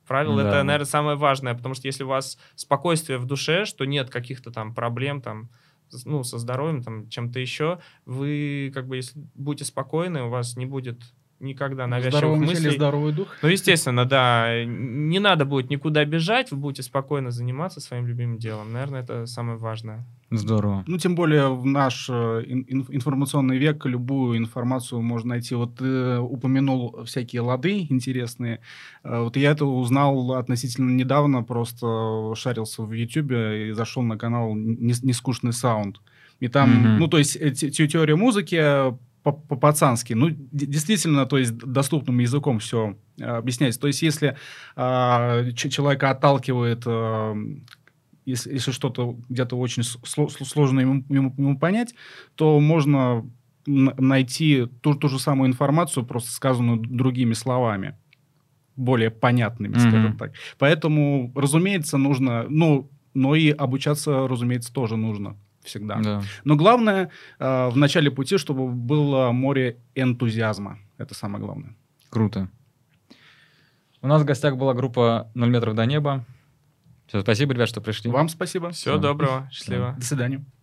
правил, Да, это, да. наверное, самое важное, потому что если у вас спокойствие в душе, что нет каких-то там проблем, там, с- ну, со здоровьем, там, чем-то еще, вы, как бы, если будете спокойны, у вас не будет никогда В навязчивых здоровом теле мыслей. здоровый дух. Ну, естественно, да, не надо будет никуда бежать, вы будете спокойно заниматься своим любимым делом. Наверное, это самое важное. Здорово. Ну, тем более в наш э, ин- ин- информационный век любую информацию можно найти. Вот ты упомянул всякие лады интересные. Э, Вот я это узнал относительно недавно, просто шарился в Ютубе и зашел на канал «Нес- «Нескучный саунд». И там, Мгм. ну, то есть э, те- те- теория музыки э, по- по-пацански, ну, д- действительно, то есть доступным языком все объясняется. То есть если а, ч- человека отталкивает э, если, если что-то где-то очень с- сло- сло- сложно ему, ему- ему понять, то можно н- найти ту, ту же самую информацию, просто сказанную другими словами, более понятными, Мгм. скажем так. Поэтому, разумеется, нужно, ну, но и обучаться, разумеется, тоже нужно всегда. Да. Но главное э, в начале пути, чтобы было море энтузиазма. Это самое главное. Круто. У нас в гостях была группа «Ноль метров до неба». Все, спасибо, ребят, что пришли. Вам спасибо. Всего Всё. доброго, счастливо. До свидания.